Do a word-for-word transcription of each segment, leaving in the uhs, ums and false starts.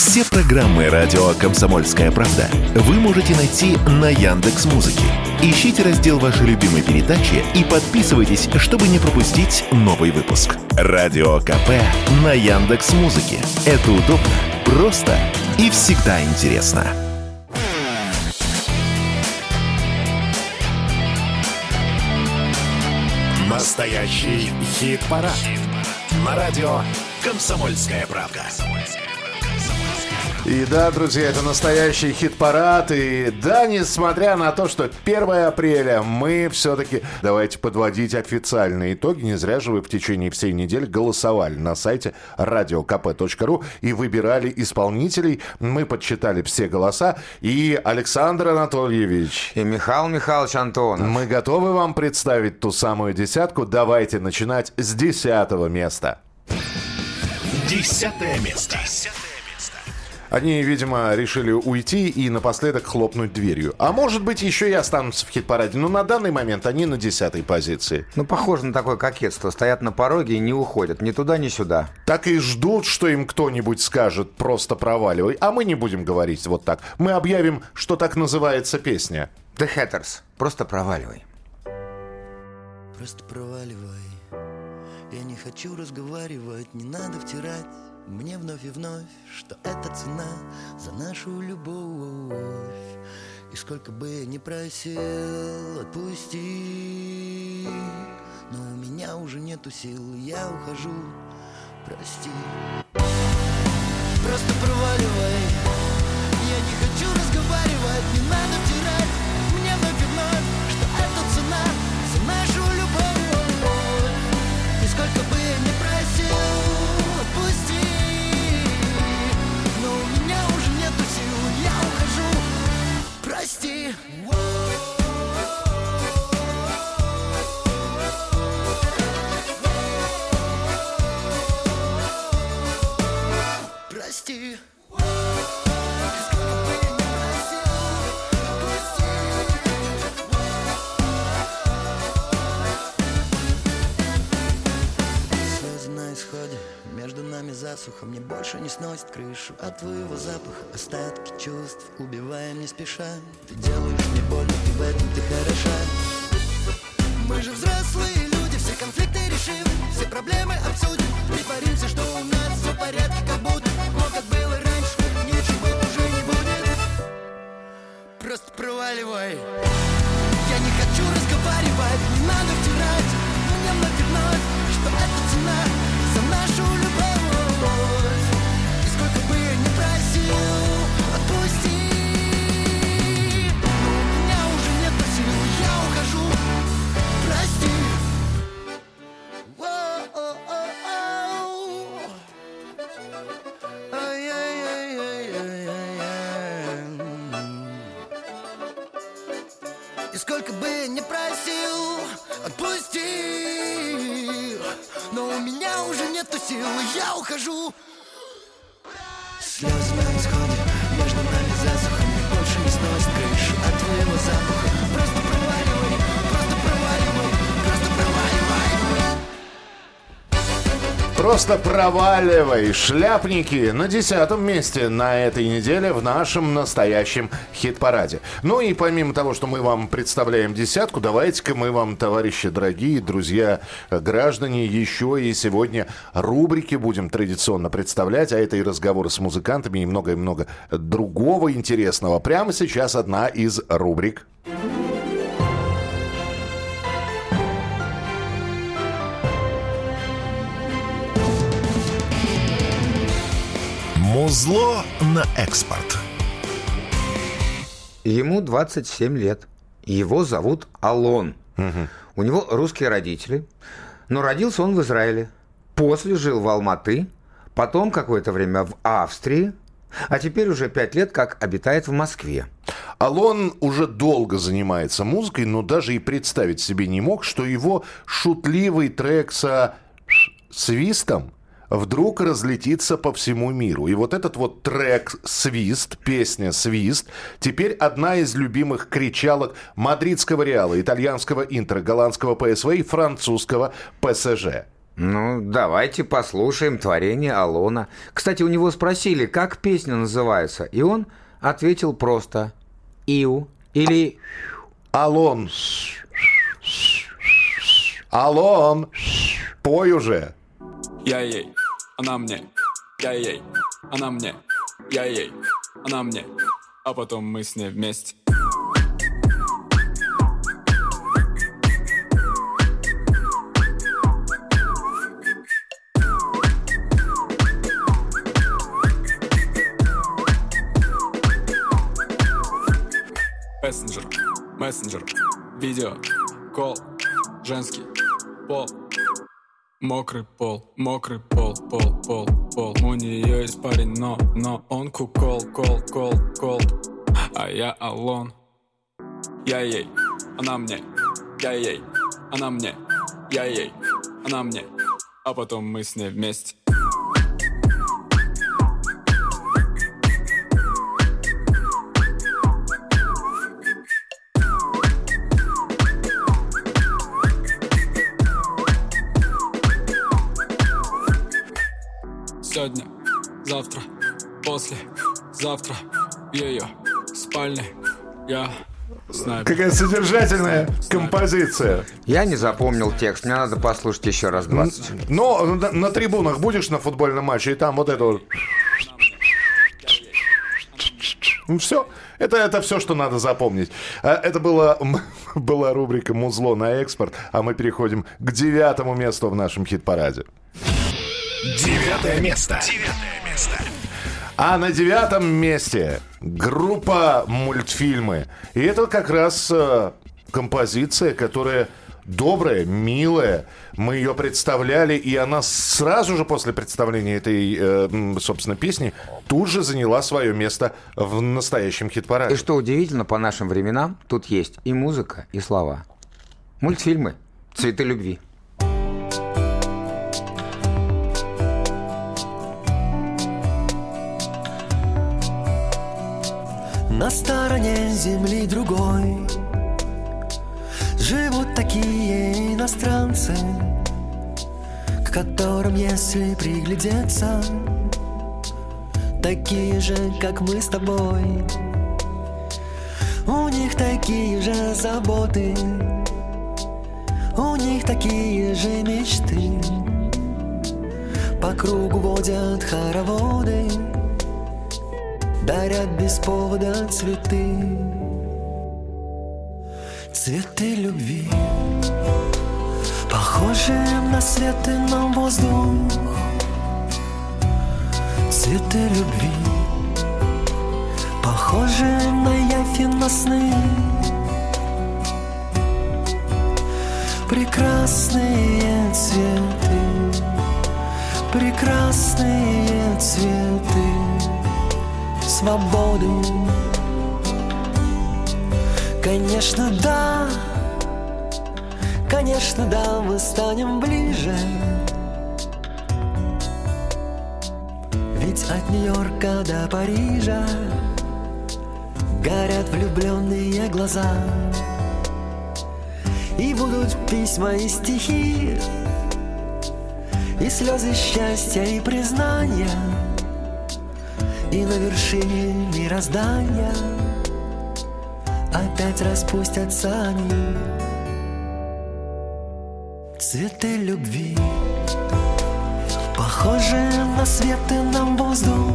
Все программы радио «Комсомольская правда» вы можете найти на Яндекс.Музыке. Ищите раздел вашей любимой передачи и подписывайтесь, чтобы не пропустить новый выпуск. Радио КП на Яндекс.Музыке. Это удобно, просто и всегда интересно. Настоящий хит-парад. Хит на радио «Комсомольская правда». И да, друзья, это настоящий хит-парад. И да, несмотря на то, что первое апреля, мы все-таки давайте подводить официальные итоги. Не зря же вы в течение всей недели голосовали на сайте радио ка пэ точка ру и выбирали исполнителей. Мы подсчитали все голоса. И Александр Анатольевич и Михаил Михайлович Антонов. Мы готовы вам представить ту самую десятку. Давайте начинать с десятого места. Десятое место. Они, видимо, решили уйти и напоследок хлопнуть дверью. А может быть, еще и останутся в хит-параде. Но на данный момент они на десятой позиции. Ну, похоже на такое кокетство. Стоят на пороге и не уходят ни туда, ни сюда. Так и ждут, что им кто-нибудь скажет «просто проваливай». А мы не будем говорить вот так. Мы объявим, что так называется песня. The Hatters. Просто проваливай. Просто проваливай. Я не хочу разговаривать, не надо втирать мне вновь и вновь, что это цена за нашу любовь. И сколько бы я ни просил, отпусти, но у меня уже нету сил, я ухожу, прости. Просто проваливай. Я не хочу разговаривать, не надо втирать мне вновь и вновь, что это цена за нашу любовь. И сколько бы я ни просил, отпусти, но у меня уже нету сил, я ухожу, прости. Прости. Между нами засуха, мне больше не сносит крышу от твоего запаха, остатки чувств убиваем не спеша. Ты делаешь мне больно, и в этом ты хороша. Мы же взрослые люди, все конфликты решим, все проблемы обсудим, притворимся, что у нас все в порядке, как будто, но как было раньше, ничего уже не будет. Просто проваливай. Я не хочу разговаривать, не надо втирать мне вновь и вновь, что это цена за нашу любовь. И сколько бы я ни просил, отпусти, но у меня уже нету сил, я ухожу, прости. И сколько бы я ни просил, отпусти, но у меня уже нету сил, я ухожу. Слезы на исходе, между нами засуха, мне больше не сносит крышу от твоего запаха. Просто проваливай, просто проваливай, просто проваливай. Просто проваливай. Шляпники на десятом месте на этой неделе в нашем настоящем хит-параде. Ну и помимо того, что мы вам представляем десятку, давайте-ка мы вам, товарищи дорогие, друзья, граждане, еще и сегодня рубрики будем традиционно представлять, а это и разговоры с музыкантами, и много-много другого интересного. Прямо сейчас одна из рубрик. Музло на экспорт. Ему двадцать семь лет. Его зовут Алон. Угу. У него русские родители, но родился он в Израиле. После жил в Алматы, потом какое-то время в Австрии, а теперь уже пять лет как обитает в Москве. Алон уже долго занимается музыкой, но даже и представить себе не мог, что его шутливый трек со свистом вдруг разлетится по всему миру. И вот этот вот трек «Свист», песня «Свист», теперь одна из любимых кричалок мадридского «Реала», итальянского «Интера», голландского пэ эс вэ и французского пэ эс жэ. Ну, давайте послушаем творение Алона. Кстати, у него спросили, как песня называется, и он ответил просто «Иу» или Алон. Алон, пой уже. Я ей, она мне, я ей, она мне, я ей, она мне, а потом мы с ней вместе. Мессенджер, мессенджер, видео, кол, женский пол, мокрый пол, мокрый пол, пол, пол, пол. У нее есть парень, но, но он кукол, кол, кол, кол, а я Алон. Я ей, она мне, я ей, она мне, я ей, она мне, а потом мы с ней вместе. Сегодня, завтра, после, завтра, в ее спальне я знаю. Какая содержательная композиция. Я не запомнил текст, мне надо послушать еще раз двадцать. Но на, на трибунах будешь на футбольном матче, и там вот это вот... Ну, все. Это, это все, что надо запомнить. Это была, была рубрика «Музло на экспорт», а мы переходим к девятому месту в нашем хит-параде. Девятое место. Девятое место. А на девятом месте группа «Мультфильмы». И это как раз э, композиция, которая добрая, милая. Мы ее представляли, и она сразу же после представления этой, э, собственно, песни тут же заняла свое место в настоящем хит-параде. И что удивительно, по нашим временам тут есть и музыка, и слова. Мультфильмы «Цветы любви». На стороне земли другой живут такие иностранцы, к которым, если приглядеться, такие же, как мы с тобой. У них такие же заботы, у них такие же мечты. По кругу водят хороводы, дарят без повода цветы. Цветы любви, похожие на свет и на воздух. Цветы любви, похожие на явь и на сны. Прекрасные цветы, прекрасные цветы свободы. Конечно, да, конечно, да, мы станем ближе. Ведь от Нью-Йорка до Парижа горят влюбленные глаза. И будут письма и стихи, и слезы счастья и признания. И на вершине мироздания опять распустятся они. Цветы любви, похожие на свет и на воздух.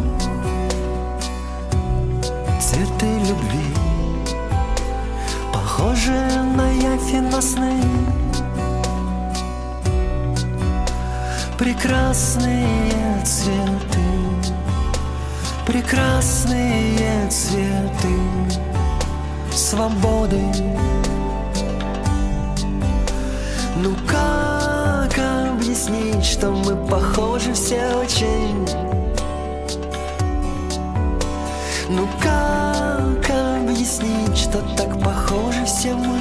Цветы любви, похожие на явь и на сны. Прекрасные цветы, прекрасные цветы свободы. Ну как объяснить, что мы похожи все очень? Ну как объяснить, что так похожи все мы?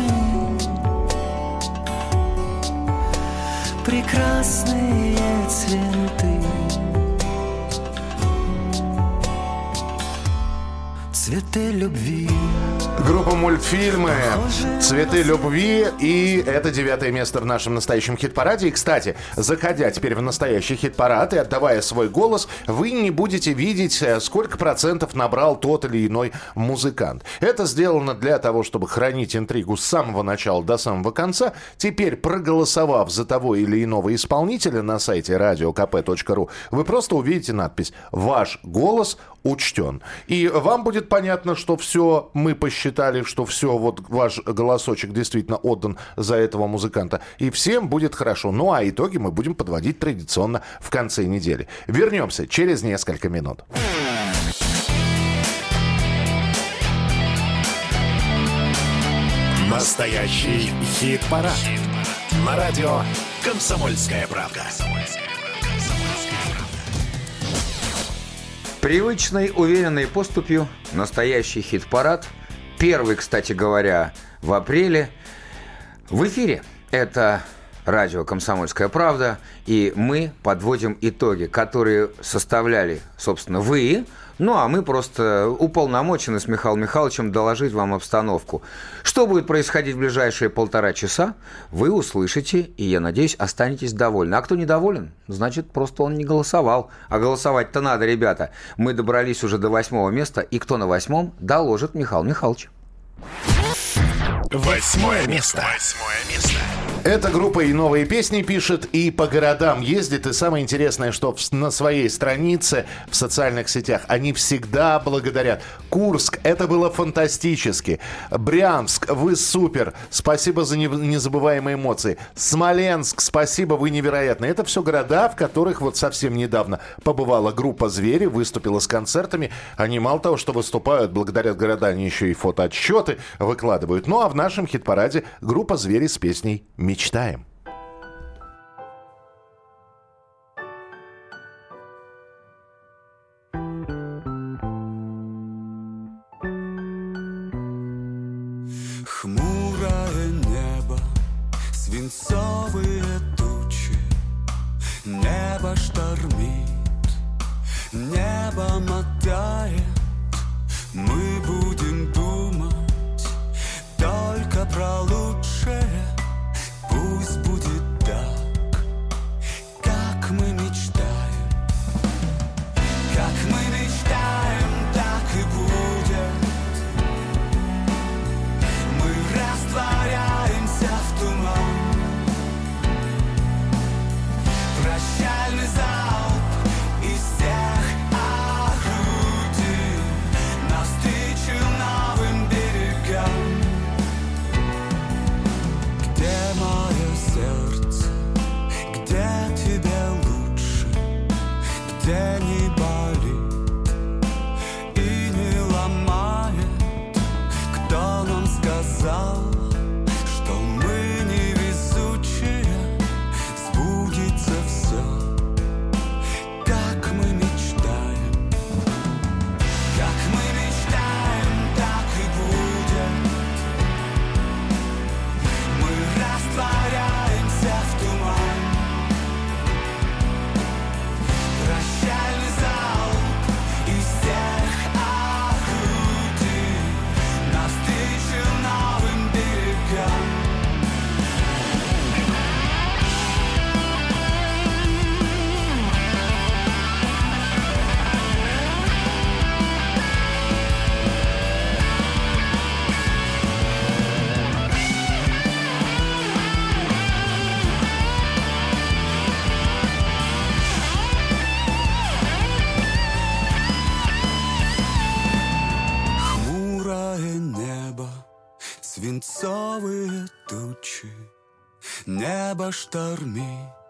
Прекрасные цветы, цветы любви. Группа «Мультфильмы», «Цветы любви», и это девятое место в нашем настоящем хит-параде. И, кстати, заходя теперь в настоящий хит-парад и отдавая свой голос, вы не будете видеть, сколько процентов набрал тот или иной музыкант. Это сделано для того, чтобы хранить интригу с самого начала до самого конца. Теперь, проголосовав за того или иного исполнителя на сайте радио ка пэ точка ру, вы просто увидите надпись «Ваш голос учтен». И вам будет понятно, что все мы посчитали, что все, вот ваш голосочек действительно отдан за этого музыканта. И всем будет хорошо. Ну а итоги мы будем подводить традиционно в конце недели. Вернемся через несколько минут. Настоящий хит-парад. Хит-парад. На радио «Комсомольская правда». Привычной, уверенной поступью настоящий хит-парад. Первый, кстати говоря, в апреле. В эфире это радио «Комсомольская правда». И мы подводим итоги, которые составляли, собственно, вы. Ну, а мы просто уполномочены с Михаилом Михайловичем доложить вам обстановку. Что будет происходить в ближайшие полтора часа, вы услышите, и, я надеюсь, останетесь довольны. А кто недоволен, значит, просто он не голосовал. А голосовать-то надо, ребята. Мы добрались уже до восьмого места, и кто на восьмом, доложит Михаил Михайлович. Восьмое место. Восьмое место. Эта группа и новые песни пишет, и по городам ездит. И самое интересное, что в, на своей странице в социальных сетях они всегда благодарят. Курск, это было фантастически. Брянск, вы супер. Спасибо за не, незабываемые эмоции. Смоленск, спасибо, вы невероятны. Это все города, в которых вот совсем недавно побывала группа «Звери», выступила с концертами. Они мало того, что выступают, благодарят города, они еще и фотоотчеты выкладывают. Ну а в нашем хит-параде группа «Звери» с песней «Мечтаем». Хмурое небо, свинцовые тучи, небо штормит, небо мотает. Мы будем думать только про лучшее. Пусть будет так, как мы мечтаем. Как мы мечтаем, так и будет. Мы растворяемся в туман. Прощальный залп из всех орудий навстречу новым берегам. Где мое сердце, где тебе лучше, где не болит и не ломает? Кто нам сказал, что мы невезучие? Сбудется все, как мы мечтаем. Как мы мечтаем, так и будет. Мы растворяемся в туман. Прощальный залп из всех орудий навстречу новым берегам. Хмурое небо, свинцовые тучи, небо штормит,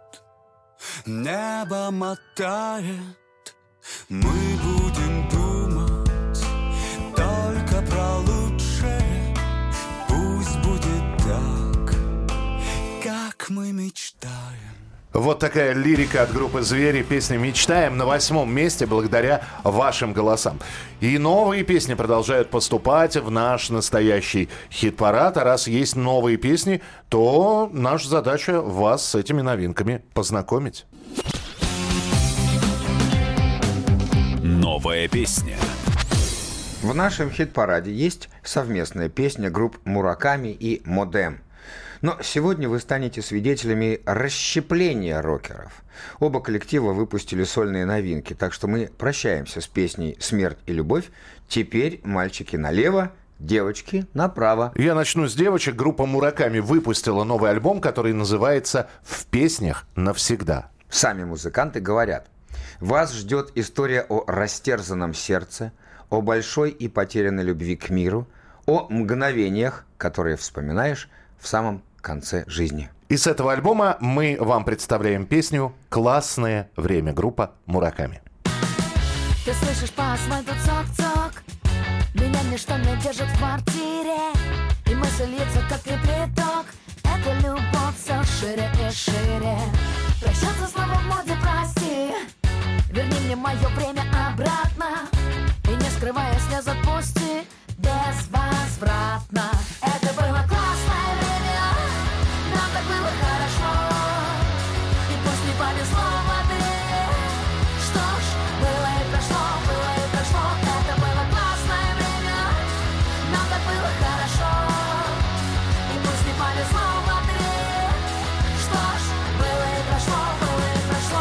небо мотает. Мы будем думать только про лучшее. Пусть будет так, как мы мечтаем. Вот такая лирика от группы «Звери». Песня «Мечтаем» на восьмом месте благодаря вашим голосам. И новые песни продолжают поступать в наш настоящий хит-парад. А раз есть новые песни, то наша задача вас с этими новинками познакомить. Новая песня. В нашем хит-параде есть совместная песня групп «Мураками» и «Модем». Но сегодня вы станете свидетелями расщепления рокеров. Оба коллектива выпустили сольные новинки, так что мы прощаемся с песней «Смерть и любовь». Теперь мальчики налево, девочки направо. Я начну с девочек. Группа «Мураками» выпустила новый альбом, который называется «В песнях навсегда». Сами музыканты говорят: вас ждет история о растерзанном сердце, о большой и потерянной любви к миру, о мгновениях, которые вспоминаешь в самом конце жизни. И с этого альбома мы вам представляем песню «Классное время», группа «Мураками». Ты слышишь по асфальту цок-цок, меня ничто не держит в квартире, и мысль льется, как кипяток. Эта любовь все шире и шире. Прощаться снова в моде, прости, верни мне мое время обратно, и не скрывая слез отпусти безвозвратно. Это было классное время, нам так было хорошо, и пусть не повезло в ответ. Что ж, было и прошло, было и прошло. Это было классное время, нам так было хорошо, и пусть не повезло в ответ. Что ж, было и прошло, было и прошло.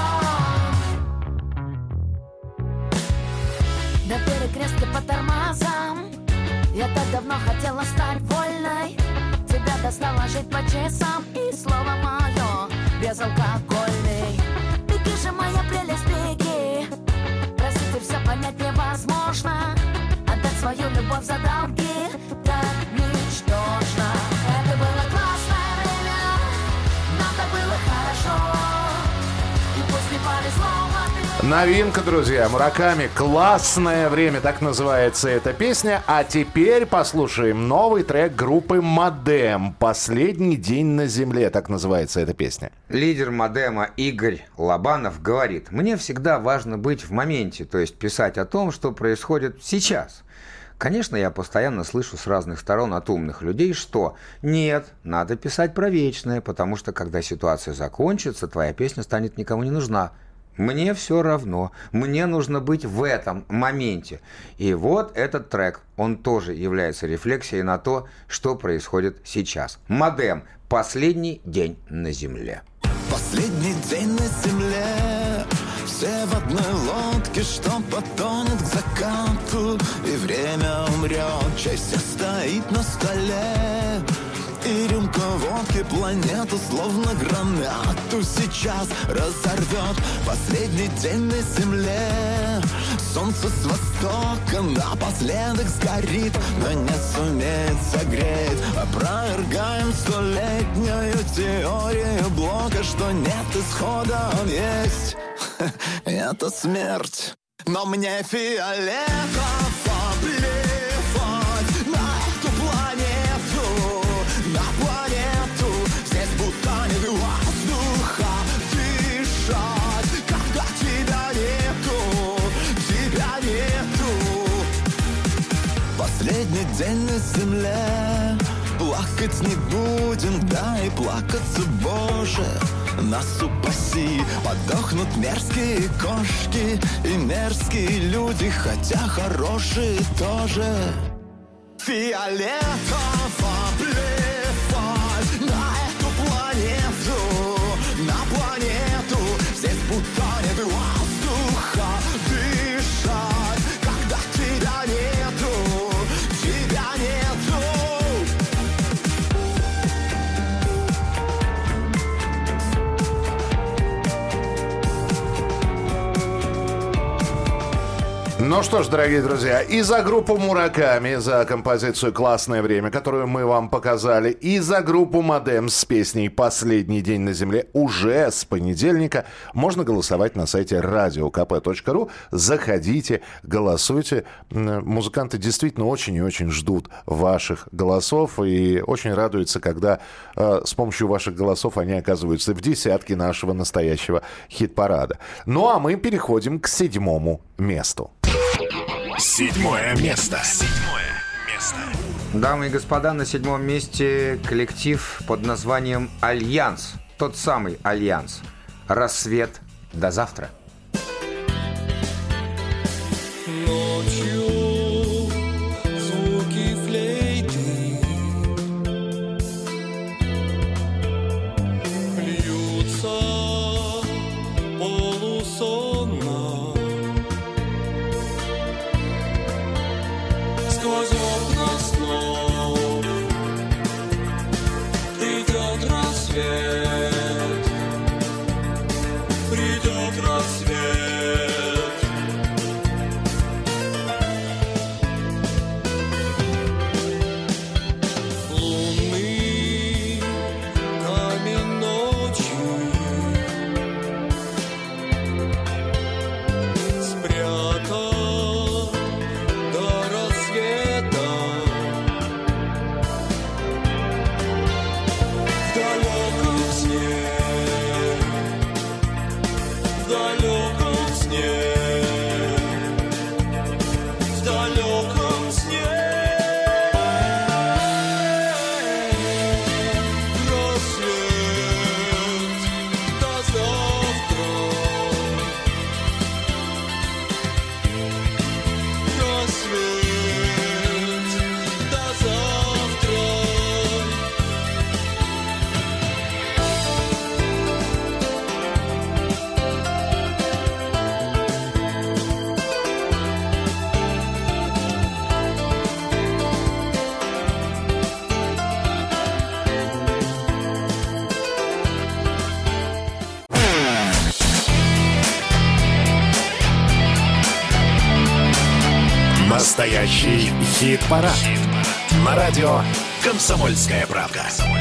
На перекрестке по тормозам я так давно хотела стать вольной. Тебя достало жить по часам, и слово мое безалкогольный. Беги же, моя прелесть, беги. Простите, все понять невозможно. Отдать свою любовь за долги так ничтожно. Это было классное время, нам так было хорошо, и пусть не повезло в ответ. Новинка, друзья, «Мураками». «Классное время», так называется эта песня. А теперь послушаем новый трек группы «Модем». «Последний день на земле», так называется эта песня. Лидер «Модема» Игорь Лобанов говорит: «Мне всегда важно быть в моменте, то есть писать о том, что происходит сейчас». Конечно, я постоянно слышу с разных сторон от умных людей, что нет, надо писать про вечное, потому что когда ситуация закончится, твоя песня станет никому не нужна. Мне все равно. Мне нужно быть в этом моменте. И вот этот трек, он тоже является рефлексией на то, что происходит сейчас. «Модем. Последний день на земле». Последний день на земле, все в одной лодке, что потонет к закату, и время умрет, честь стоит на столе. И рюмка водки планету словно гранату сейчас разорвет. Последний день на земле, солнце с востока напоследок сгорит, но не сумеет согреть. Опровергаем столетнюю теорию Блока, что нет исхода, он есть. Это смерть. Но мне фиолетово плевать на эту планету, на планету. Здесь будто нет воздуха дышать, когда тебя нету, тебя нету. Последний день на земле, плакать не будем, да и плакаться, Боже, нас упаси. Подохнут мерзкие кошки и мерзкие люди, хотя хорошие тоже. Фиолетово плевать на эту планету, на планету. Здесь будто нет воздуха дышать, когда тебя нету, тебя нету. Ну что ж, дорогие друзья, и за группу «Мураками», за композицию «Классное время», которую мы вам показали, и за группу «Модем» с песней «Последний день на земле» уже с понедельника можно голосовать на сайте радио ка пэ точка ру. Заходите, голосуйте. Музыканты действительно очень и очень ждут ваших голосов и очень радуются, когда э, с помощью ваших голосов они оказываются в десятке нашего настоящего хит-парада. Ну а мы переходим к седьмому месту. Седьмое место. Седьмое место. Дамы и господа, на седьмом месте коллектив под названием «Альянс». Тот самый «Альянс». «Рассвет». До завтра. Ночью сквозь окна снов придет рассвет, придет рассвет. Лунный камень ночи спрятал до рассвета в далеком сне, в далеком сне, в далеком сне. Рассвет до завтра, рассвет до завтра. Настоящий хит-парад. На радио «Комсомольская правда».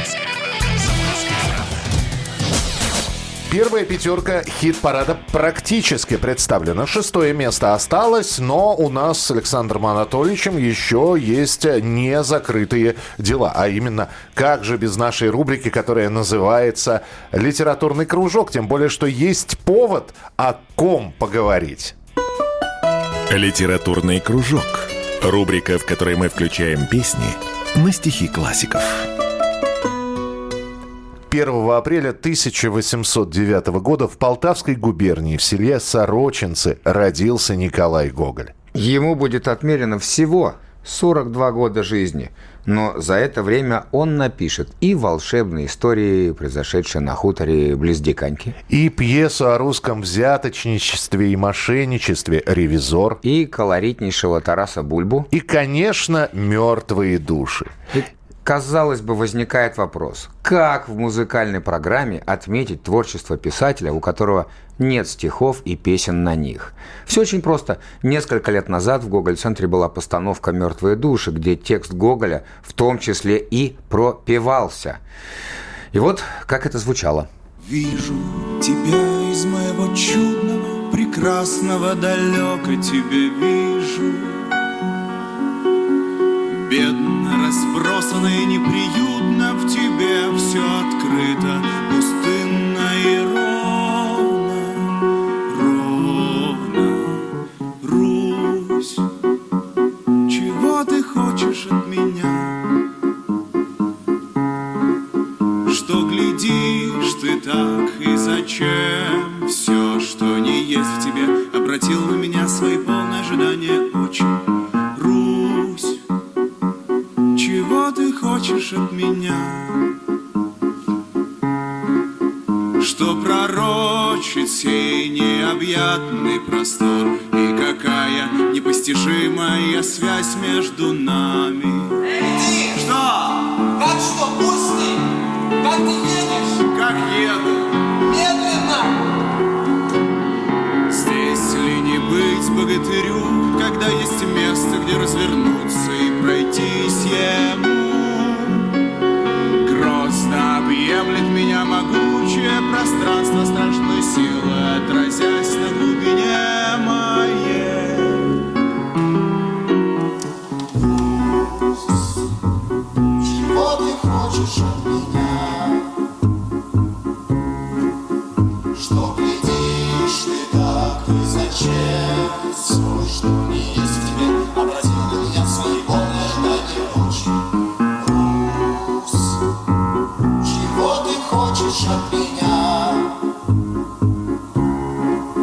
Первая пятерка хит-парада практически представлена. Шестое место осталось, но у нас с Александром Анатольевичем еще есть не закрытые дела. А именно, как же без нашей рубрики, которая называется «Литературный кружок». Тем более, что есть повод о ком поговорить. «Литературный кружок». Рубрика, в которой мы включаем песни на стихи классиков. первого апреля тысяча восемьсот девятого года в Полтавской губернии в селе Сорочинцы родился Николай Гоголь. Ему будет отмерено всего сорок два года жизни, но за это время он напишет и волшебные истории, произошедшие на хуторе близ Диканьки, И пьесу о русском взяточничестве и мошенничестве «Ревизор», и колоритнейшего Тараса Бульбу. и, конечно, «Мертвые души». И, казалось бы, возникает вопрос, как в музыкальной программе отметить творчество писателя, у которого нет стихов и песен на них? Все очень просто. Несколько лет назад в Гоголь-центре была постановка «Мертвые души», где текст Гоголя в том числе и пропевался. И вот как это звучало. Вижу тебя из моего чудного, прекрасного, далеко тебя вижу. Бедно, разбросано и неприютно, в тебе все открыто, пустынно и ровно, ровно. Русь, чего ты хочешь от меня? Что глядишь ты так и зачем? Все, что не есть в тебе, обратил на меня свои полные ожидания очи. Русь, чего ты хочешь от меня? Что пророчит сей необъятный простор, и какая непостижимая связь между нами. Эй, ты! Что? Как что, пусти? Как ты едешь? Как еду? Медленно! Здесь ли не быть богатырю, когда есть место, где развернуться и пройтись ему? Грозно объемлет меня могучее пространство страшной силы, отразясь на глубине моей. Чего ты хочешь от меня? Что глядишь ты так и зачем? Все, что не есть в тебе, обратил на меня свои полные ожидания очи. Русь, чего ты хочешь от меня?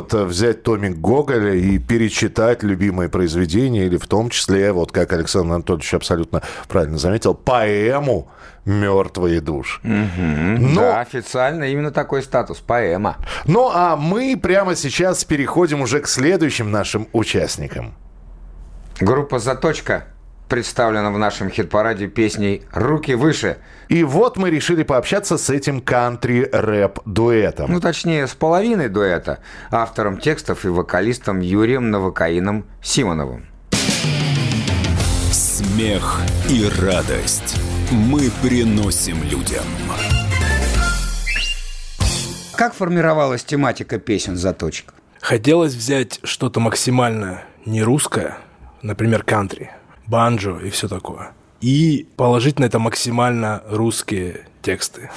вот взять томик Гоголя и перечитать любимые произведения, или в том числе, вот как Александр Анатольевич абсолютно правильно заметил, поэму «Мертвые души». Угу. Но... Да, официально именно такой статус, поэма. Ну, а мы прямо сейчас переходим уже к следующим нашим участникам. Группа «Заточка» представлена в нашем хит-параде песней «Руки выше». И вот мы решили пообщаться с этим кантри-рэп-дуэтом. Ну, точнее, с половиной дуэта, автором текстов и вокалистом Юрием Новокаином Симоновым. Смех и радость мы приносим людям. Как формировалась тематика песен «Заточка»? Хотелось взять что-то максимально не русское, например, кантри, банджо и все такое, и положить на это максимально русские тексты,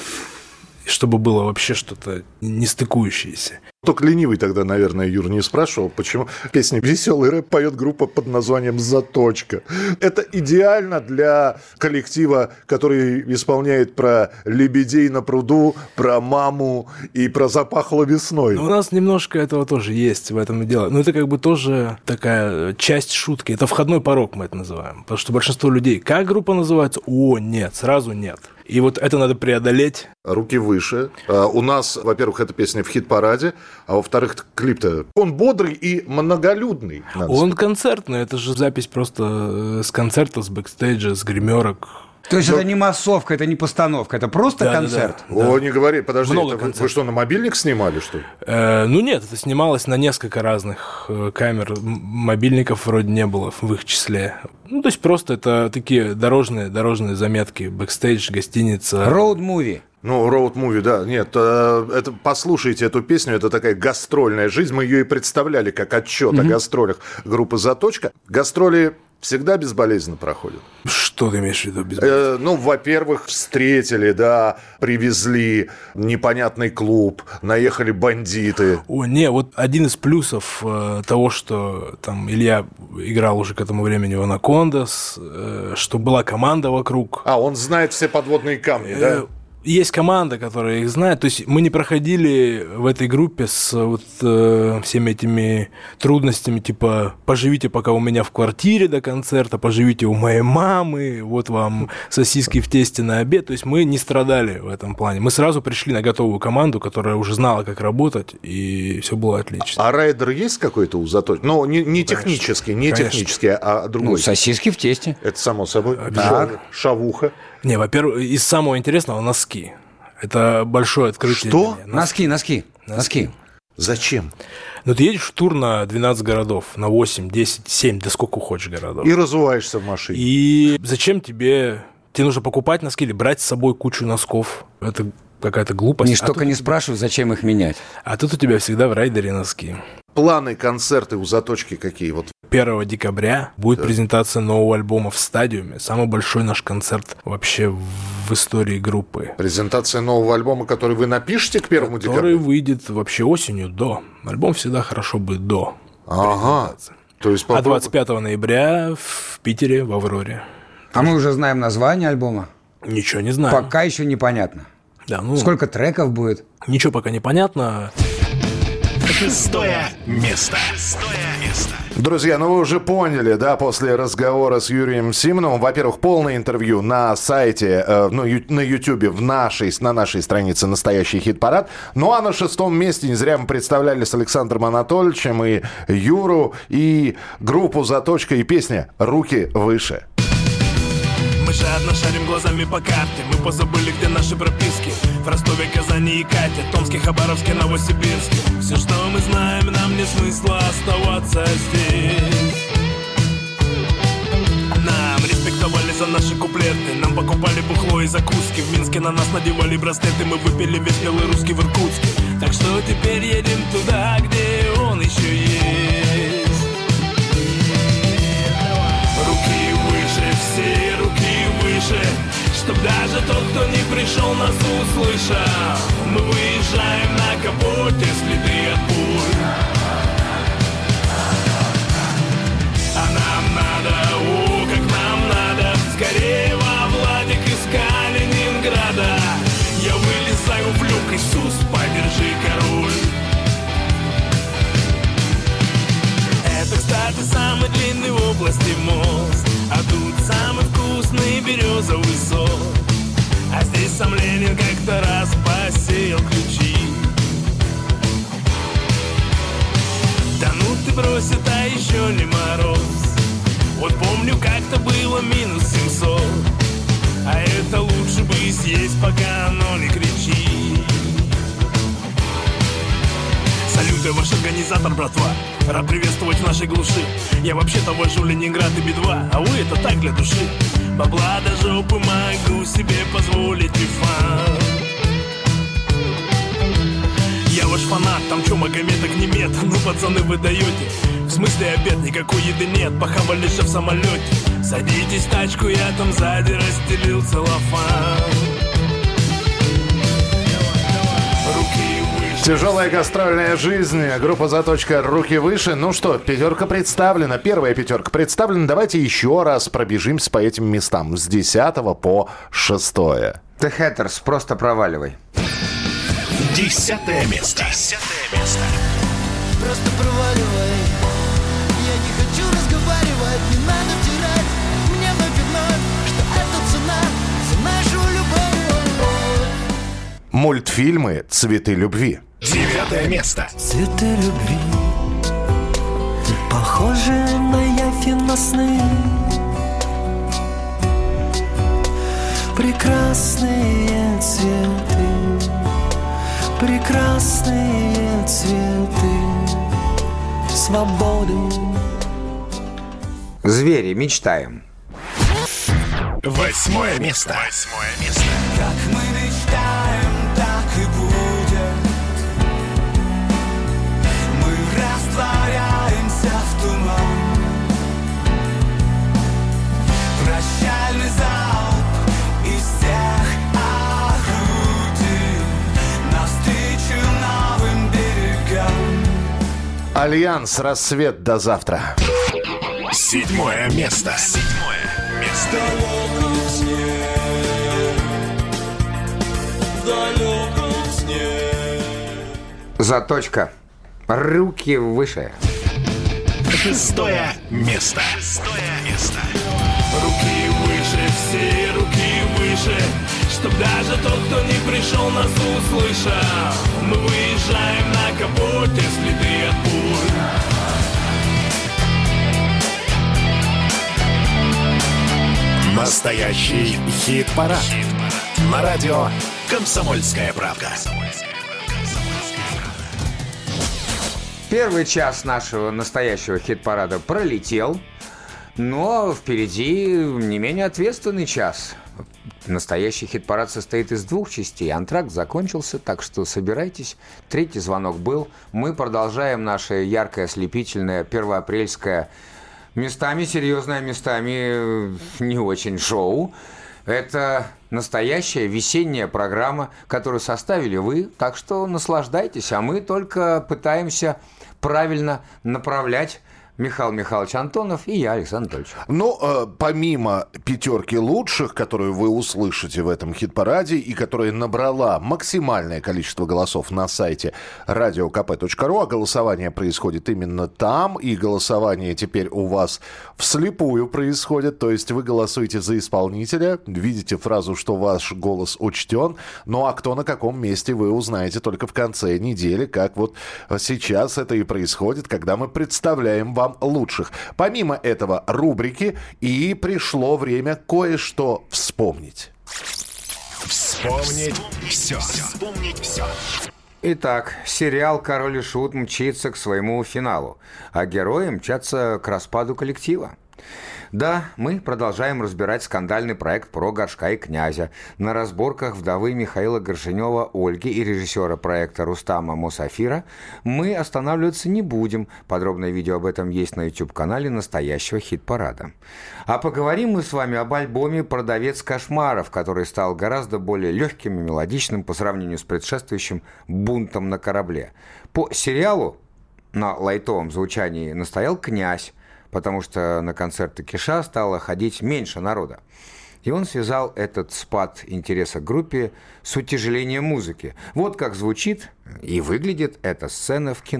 чтобы было вообще что-то не стыкующееся. Только ленивый тогда, наверное, Юр не спрашивал, почему песни «Веселый рэп» поет группа под названием «Заточка». Это идеально для коллектива, который исполняет про лебедей на пруду, про маму и про запахло весной. Но у нас немножко этого тоже есть, в этом и дело. Но это как бы тоже такая часть шутки. Это входной порог, мы это называем. Потому что большинство людей, как группа называется? О, нет, сразу нет. И вот это надо преодолеть. «Руки выше». А, у нас, во-первых, эта песня в хит-параде, а во-вторых, клип-то, он бодрый и многолюдный. Он концертный, это же запись просто с концерта, с бэкстейджа, с гримерок. То есть Но... это не массовка, это не постановка, это просто да, концерт? Да, да. О, да. Не говори, подожди, это вы, вы что, на мобильник снимали, что ли? Э, ну нет, это снималось на несколько разных камер, мобильников вроде не было в их числе. Ну, то есть просто это такие дорожные, дорожные заметки, бэкстейдж, гостиница. Роуд-муви. Ну, роуд-муви, да. Нет, это, послушайте эту песню, это такая гастрольная жизнь. Мы ее и представляли как отчет mm-hmm. о гастролях группы «Заточка». Гастроли всегда безболезненно проходят. Что ты имеешь в виду безболезненно? Э, ну, во-первых, встретили, да, привезли непонятный клуб, наехали бандиты. О, не, вот один из плюсов э, того, что там Илья играл уже к этому времени в «Анакондас», э, что была команда вокруг. А, он знает все подводные камни, э, да? Есть команда, которая их знает. То есть мы не проходили в этой группе с вот, э, всеми этими трудностями, типа поживите пока у меня в квартире до концерта, поживите у моей мамы, вот вам сосиски в тесте на обед. То есть мы не страдали в этом плане. Мы сразу пришли на готовую команду, которая уже знала, как работать, и все было отлично. А райдер есть какой-то у Заточки? Ну, не, не технический, не Конечно. технический, а другой. Ну, сосиски в тесте. Это само собой. Так. Шавуха. Не, во-первых, из самого интересного носки. Это большое открытие. Что? Носки, носки, носки. Зачем? Ну, ты едешь в тур на двенадцать городов, на восемь, десять, семь, да сколько хочешь городов. И разуваешься в машине. И зачем тебе... Тебе нужно покупать носки или брать с собой кучу носков? Это какая-то глупость. Ничто только не спрашивай, зачем их менять. А тут у тебя всегда в райдере носки. Планы, концерты у Заточки какие? Вот. первого декабря будет да. презентация нового альбома в «Стадиуме». Самый большой наш концерт вообще в истории группы. Презентация нового альбома, который вы напишете к первому декабря? Который выйдет вообще осенью до. Альбом всегда хорошо будет до ага. презентации. То есть, а двадцать пятого ноября в Питере, в «Авроре». А мы уже знаем название альбома? Ничего не знаем. Пока еще непонятно. Да, ну, сколько треков будет? Ничего пока не понятно. Шестое место. Шестое место. Друзья, ну вы уже поняли, да, после разговора с Юрием Симоновым, во-первых, полное интервью на сайте, э, ну, ю, на Ютьюбе, в нашей, на нашей странице «Настоящий хит-парад». Ну, а на шестом месте не зря мы представляли с Александром Анатольевичем и Юру, и группу «Заточка», и песня «Руки выше». Мы жадно шарим глазами по карте. Мы позабыли, где наши прописки. В Ростове, Казани и Кате, Томске, Хабаровске, Новосибирске. Все, что мы знаем, нам нет смысла оставаться здесь. Нам респектовали за наши куплеты. Нам покупали бухло и закуски. В Минске на нас надевали браслеты. Мы выпили весь белый русский в Иркутске. Так что теперь едем туда, где он еще есть. Руки выше, все руки выше, чтоб даже тот, кто не пришел, нас услышал. Мы выезжаем на капоте, следы от пуль. А нам надо, о, как нам надо, скорее во Владик из Калининграда. Я вылезаю в люк, Иисус, подержи, король. Штаты самый длинный в области мост, а тут самый вкусный березовый сок. А здесь сам Ленин как-то раз посеял ключи. Да ну ты брось, это еще не мороз. Вот помню, как-то было минус семьсот, а это лучше бы съесть, пока оно не кричит. Салюты, ваш организатор, братва. Рад приветствовать в нашей глуши. Я вообще-то вожу Ленинград и Би два, а вы это так для души. Бабла до жопы могу себе позволить бифан. Я ваш фанат, там чё, Магомед Огнемет? Ну, пацаны, вы даете. В смысле обед, никакой еды нет, похавали же в самолете. Садитесь в тачку, я там сзади расстелил целлофан. Тяжелая гастрольная жизнь. Группа «Заточка», руки выше. Ну что, пятерка представлена. Первая пятерка представлена. Давайте еще раз пробежимся по этим местам. С десятого по шестое. The Hatters, просто проваливай. Десятое место. Десятое место. Просто проваливай. Я не хочу разговаривать, не надо втирать мне вновь и вновь, что это цена за нашу любовь. Мультфильмы «Цветы любви». Девятое место. Цветы любви, похожие на явь и на сны. Прекрасные цветы, прекрасные цветы свободы. Звери, мечтаем. Восьмое место. Восьмое место. Как мы мечтаем, так и будет. Мы растворяемся в туман. Прощальный залп из всех орудий навстречу новым берегам. Альянс, «Рассвет до завтра». Седьмое место. Седьмое место. Заточка. Руки выше. Шестое место. Шестое место. Руки выше, все руки выше, чтоб даже тот, кто не пришел, нас услышал. Мы выезжаем на капоте, следы от пуль. Настоящий хит-парад. Хит-парад. На радио «Комсомольская правда». Первый час нашего настоящего хит-парада пролетел, но впереди не менее ответственный час. Настоящий хит-парад состоит из двух частей. Антракт закончился, так что собирайтесь. Третий звонок был. Мы продолжаем наше яркое, ослепительное, первоапрельское, местами серьезное, местами не очень шоу. Это настоящая весенняя программа, которую составили вы, так что наслаждайтесь, а мы только пытаемся правильно направлять Михаил Михайлович Антонов и я, Александр Анатольевич. Ну, э, помимо пятерки лучших, которую вы услышите в этом хит-параде и которая набрала максимальное количество голосов на сайте радио ка пэ точка ру, а голосование происходит именно там, и голосование теперь у вас вслепую происходит, то есть вы голосуете за исполнителя, видите фразу, что ваш голос учтен, ну а кто на каком месте, вы узнаете только в конце недели, как вот сейчас это и происходит, когда мы представляем вам лучших. Помимо этого, рубрики, и пришло время кое-что вспомнить. Вспомнить все. Вспомнить все. Итак, сериал «Король и Шут» мчится к своему финалу, а герои мчатся к распаду коллектива. Да, мы продолжаем разбирать скандальный проект про Горшка и Князя. На разборках вдовы Михаила Горшенева Ольги и режиссера проекта Рустама Мусафира мы останавливаться не будем. Подробное видео об этом есть на YouTube-канале настоящего хит-парада. А поговорим мы с вами об альбоме «Продавец кошмаров», который стал гораздо более легким и мелодичным по сравнению с предшествующим «Бунтом на корабле». По сериалу на лайтовом звучании настоял «Князь», потому что на концерты Киша стало ходить меньше народа. И он связал этот спад интереса к группе с утяжелением музыки. Вот как звучит и выглядит эта сцена в кино.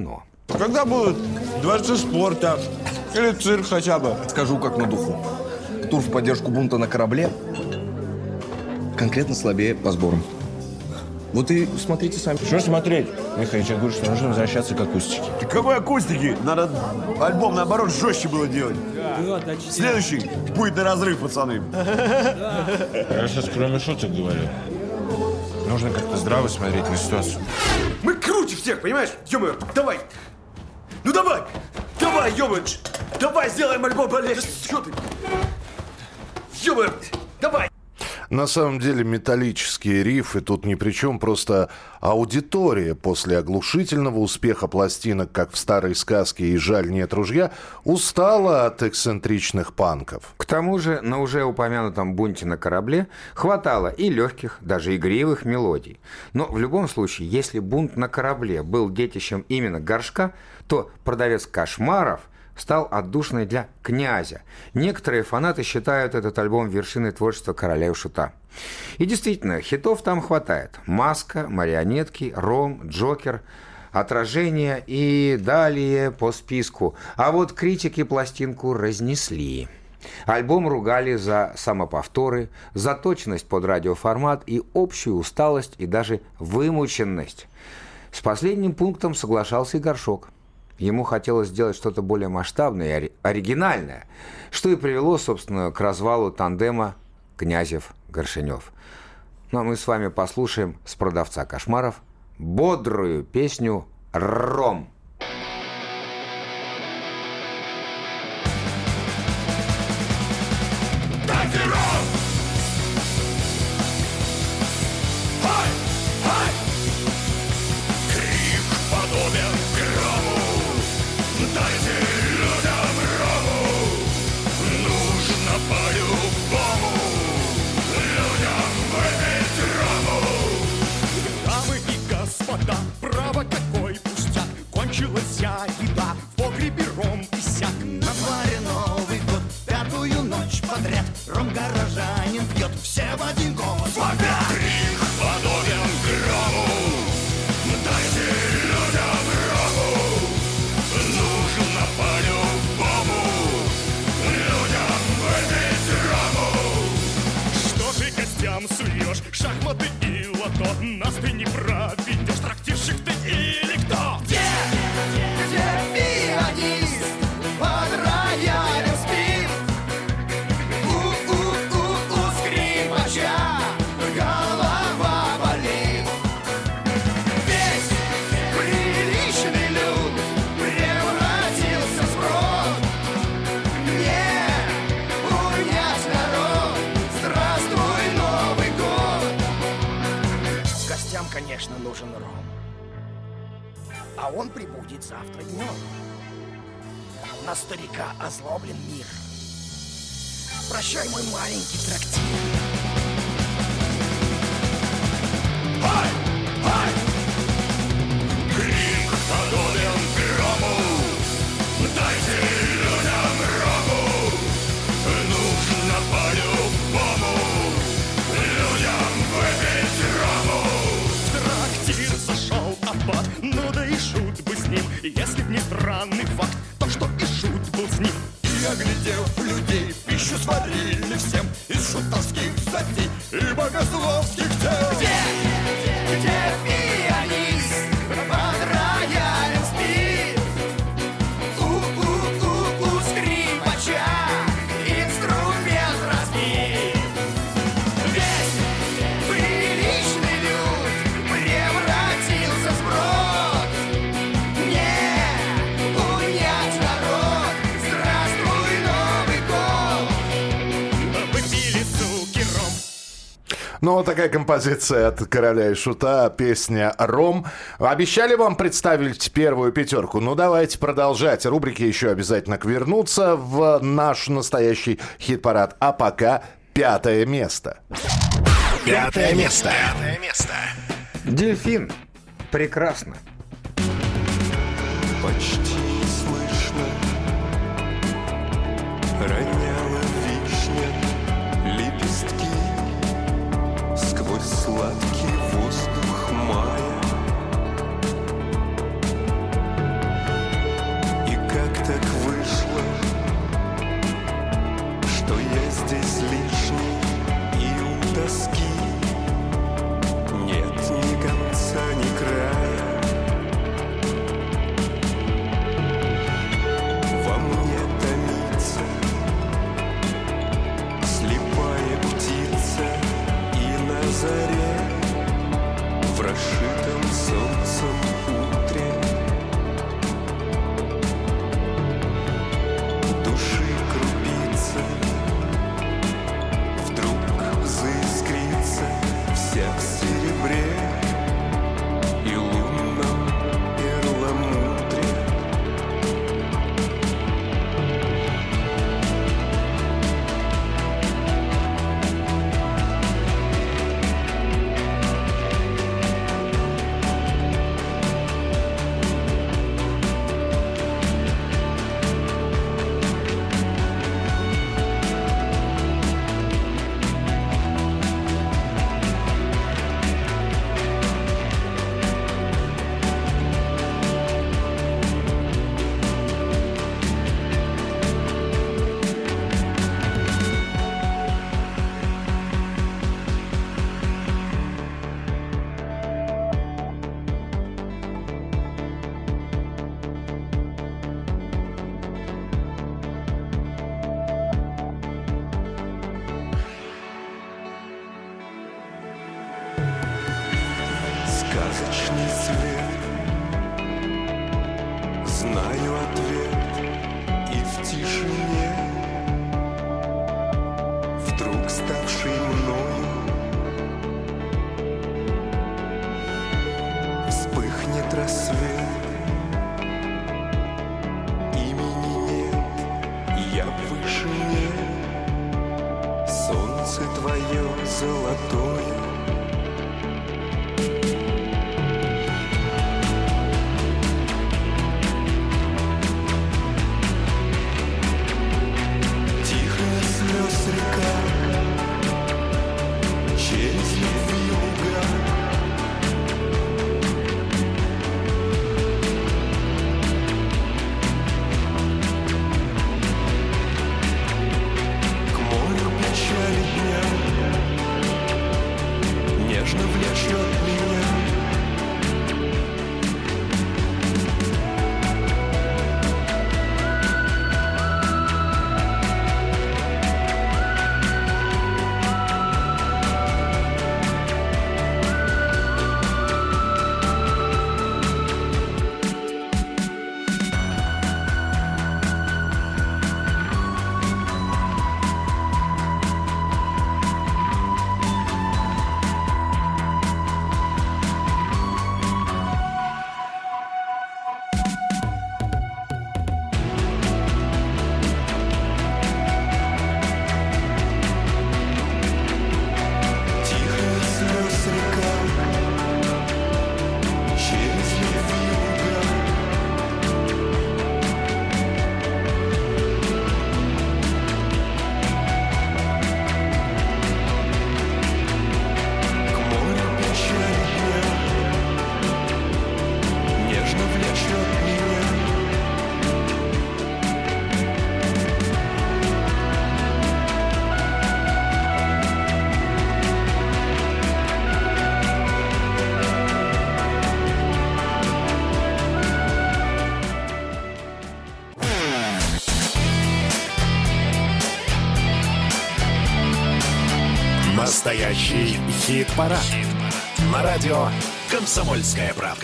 Когда будут дворцы спорта или цирк хотя бы? Скажу как на духу. Тур в поддержку бунта на корабле конкретно слабее по сборам. Вот и смотрите сами. Что смотреть? Михаил, я говорю, что нужно возвращаться к акустике. Да какой акустики? Надо альбом, наоборот, жестче было делать. Да. Следующий будет на разрыв, пацаны. Я сейчас кроме шуток говорю. Нужно как-то здраво смотреть на ситуацию. Мы круче всех, понимаешь? Ё-моё, давай. Ну давай. Давай, ё-моё. Давай сделаем альбом полегче. Что ты? Ё-моё, давай. На самом деле металлические рифы тут ни при чем, просто аудитория после оглушительного успеха пластинок, как в старой сказке «И жаль нет ружья», устала от эксцентричных панков. К тому же на уже упомянутом бунте на корабле хватало и легких, даже игривых мелодий. Но в любом случае, если бунт на корабле был детищем именно Горшка, то продавец кошмаров стал отдушиной для князя. Некоторые фанаты считают этот альбом вершиной творчества короля и шута. И действительно, хитов там хватает. «Маска», «Марионетки», «Ром», «Джокер», «Отражение» и далее по списку. А вот критики пластинку разнесли. Альбом ругали за самоповторы, за точность под радиоформат и общую усталость и даже вымученность. С последним пунктом соглашался и Горшок. Ему хотелось сделать что-то более масштабное и оригинальное, что и привело, собственно, к развалу тандема Князев-Горшенев. Ну а мы с вами послушаем с «Продавца кошмаров» бодрую песню «Ром». Шахматы и лото, нас ты не проведешь, трактирщик ты или кто? Где? Где пианист под роялем спит? У-у-у-у скрипача голова болит. Весь приличный люд превратился в сброд. Не унять народ, здравствуй, Новый год. Гостям, конечно, нужен ром, а он прибудет завтра днем. На старика озлоблен мир. Прощай, мой маленький трактир. Ай! Ай! Крик подобен грому. Дайте людям рому. Нужно по-любому людям выпить рому. В трактир зашел аббат, ну да и шут бы с ним. Если б не странный факт, то что и шут был с ним. И оглядев людей, пищу сварили всем из шутовских затей и богословских тел. Где? Где пианист под роялем спит? У-у-у-у скрипача инструмент разбит. Весь приличный люд превратился в сброд. Не унять народ, здравствуй, Новый год. Выпили суки ром. Ну, вот такая композиция от «Короля и шута», песня «Ром». Обещали вам представить первую пятерку? Ну, давайте продолжать. Рубрики еще обязательно вернутся в наш настоящий хит-парад. А пока пятое место. Пятое место. Пятое место. «Дельфин». Прекрасно. Почти слышно роняла вишня лепестки сквозь сладкий воздух мая. сказочный свет. Знаю ответ, и в тишине, вдруг ставший мною, вспыхнет рассвет. Имени нет, я в вышине, солнце твое золотое. Настоящий хит-парад. Хит на радио «Комсомольская правда».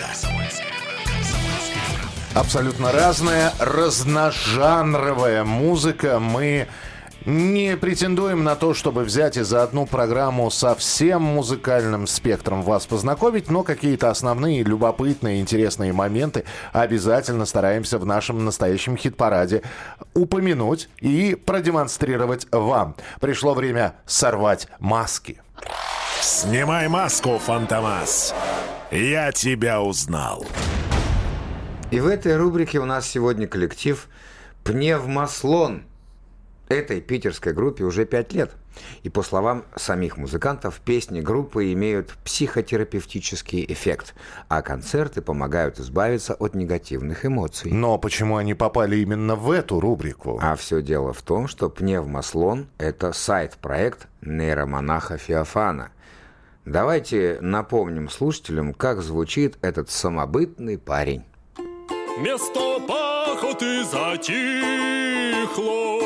Абсолютно разная, разножанровая музыка. Мы не претендуем на то, чтобы взять и за одну программу со всем музыкальным спектром вас познакомить, но какие-то основные, любопытные, интересные моменты обязательно стараемся в нашем настоящем хит-параде упомянуть и продемонстрировать вам. Пришло время сорвать маски. Снимай маску, Фантомас. Я тебя узнал. И в этой рубрике у нас сегодня коллектив «Пневмослон». Этой питерской группе уже пять лет. И по словам самих музыкантов, песни группы имеют психотерапевтический эффект, а концерты помогают избавиться от негативных эмоций. Но почему они попали именно в эту рубрику? А все дело в том, что «Пневмослон» — это сайт-проект нейромонаха Феофана. Давайте напомним слушателям, как звучит этот самобытный парень. Место пахоты затихло,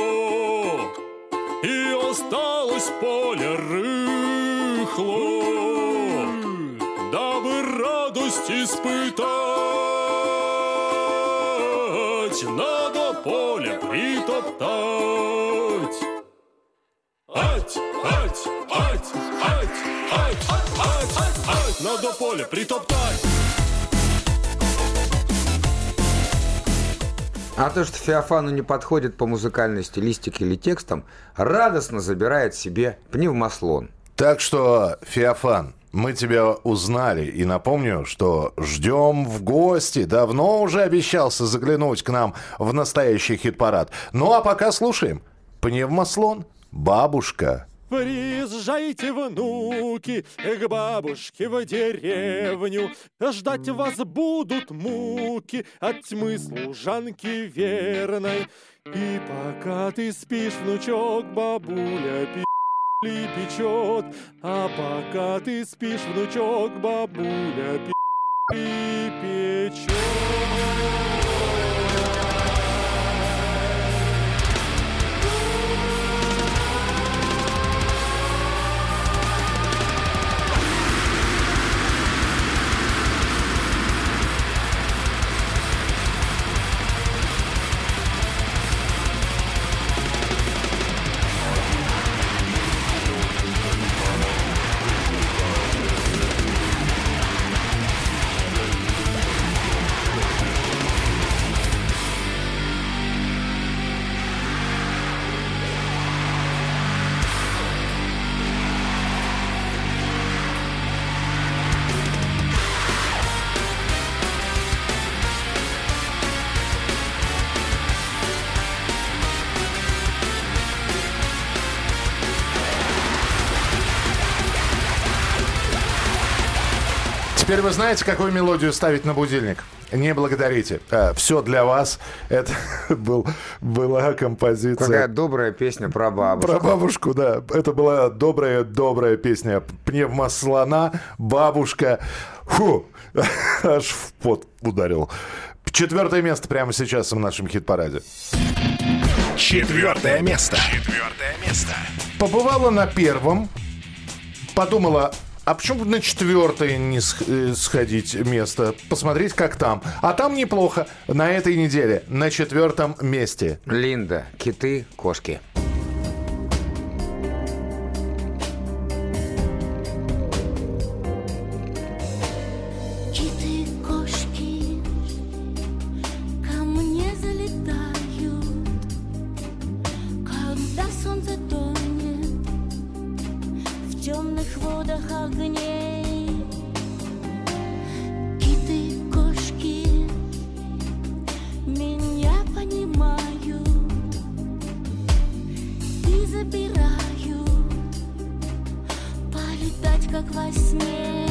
и осталось поле рыхло, дабы радость испытать, надо поле притоптать. Ать, ать, ать, ать, ать, ать, ать, надо поле притоптать. А то, что Феофану не подходит по музыкальной стилистике или текстам, радостно забирает себе пневмослон. Так что, Феофан, мы тебя узнали. И напомню, что ждем в гости. Давно уже обещался заглянуть к нам в настоящий хит-парад. Ну а пока слушаем. Пневмослон, бабушка. Приезжайте, внуки, к бабушке в деревню. Ждать вас будут муки от тьмы служанки верной. И пока ты спишь, внучок, бабуля пи***ли печет. А пока ты спишь, внучок, бабуля пи***ли печет. Теперь вы знаете, какую мелодию ставить на будильник? Не благодарите. А, все для вас. Это был, была композиция... Какая добрая песня про бабушку. Про бабушку, да. Это была добрая-добрая песня. Пневмослона, бабушка. Фу, аж в пот ударил. Четвертое место прямо сейчас в нашем хит-параде. Четвертое место. Четвертое место. Побывала на первом, подумала... А почему бы на четвертое не сходить место, посмотреть, как там? А там неплохо. На этой неделе на четвертом месте. Линда. Киты, кошки. Киты, кошки ко мне залетают, когда солнце тонет в темных водах огней. Киты, кошки меня понимают и забирают полетать, как во сне.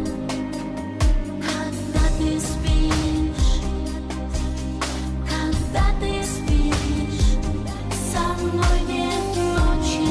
Когда ты спишь, когда ты спишь, со мной нет ночи.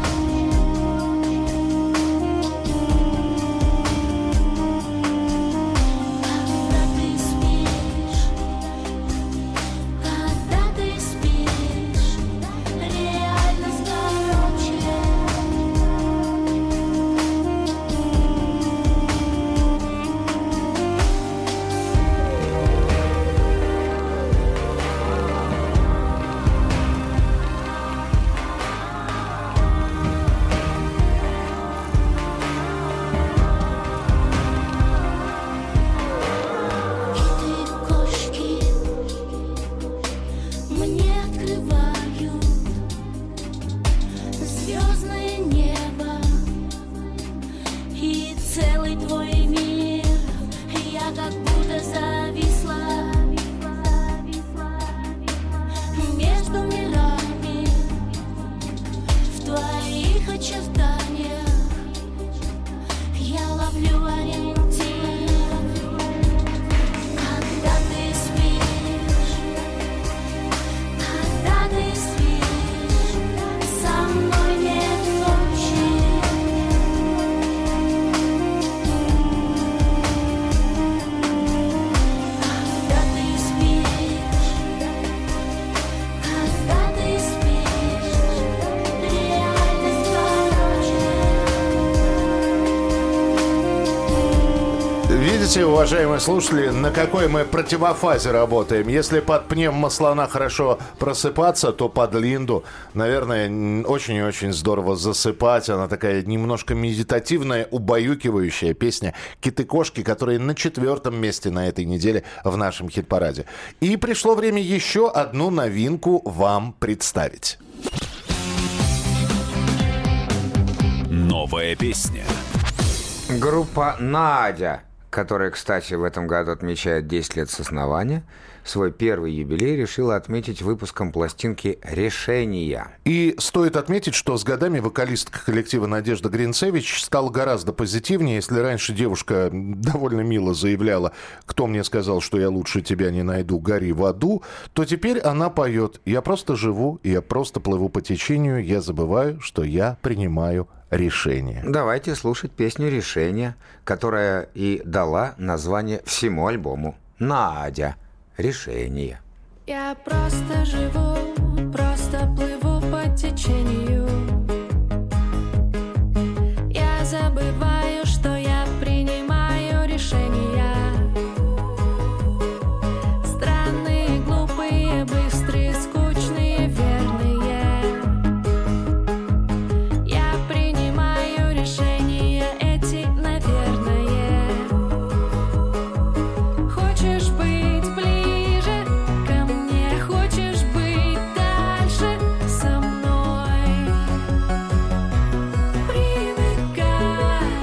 Видите, уважаемые слушатели, на какой мы противофазе работаем. Если под пневмослона хорошо просыпаться, то под Линду, наверное, очень и очень здорово засыпать. Она такая немножко медитативная, убаюкивающая песня «Киты-кошки», которая на четвертом месте на этой неделе в нашем хит-параде. И пришло время еще одну новинку вам представить. Новая песня. Группа «Надя», которая, кстати, в этом году отмечает десять лет с основания, свой первый юбилей решила отметить выпуском пластинки «Решения». И стоит отметить, что с годами вокалистка коллектива Надежда Гринцевич стала гораздо позитивнее. Если раньше девушка довольно мило заявляла: «Кто мне сказал, что я лучше тебя не найду, гори в аду», то теперь она поет: «Я просто живу, я просто плыву по течению, я забываю, что я принимаю решение». Давайте слушать песню «Решение», которая и дала название всему альбому. «Надя. Решение». Я просто живу, просто плыву по течению. Я забываю, что я принимаю решения. Странные, глупые, быстрые, скучные, верные. Я принимаю решения эти, наверное. Хочешь быть ближе ко мне, хочешь быть дальше со мной. Привыкай,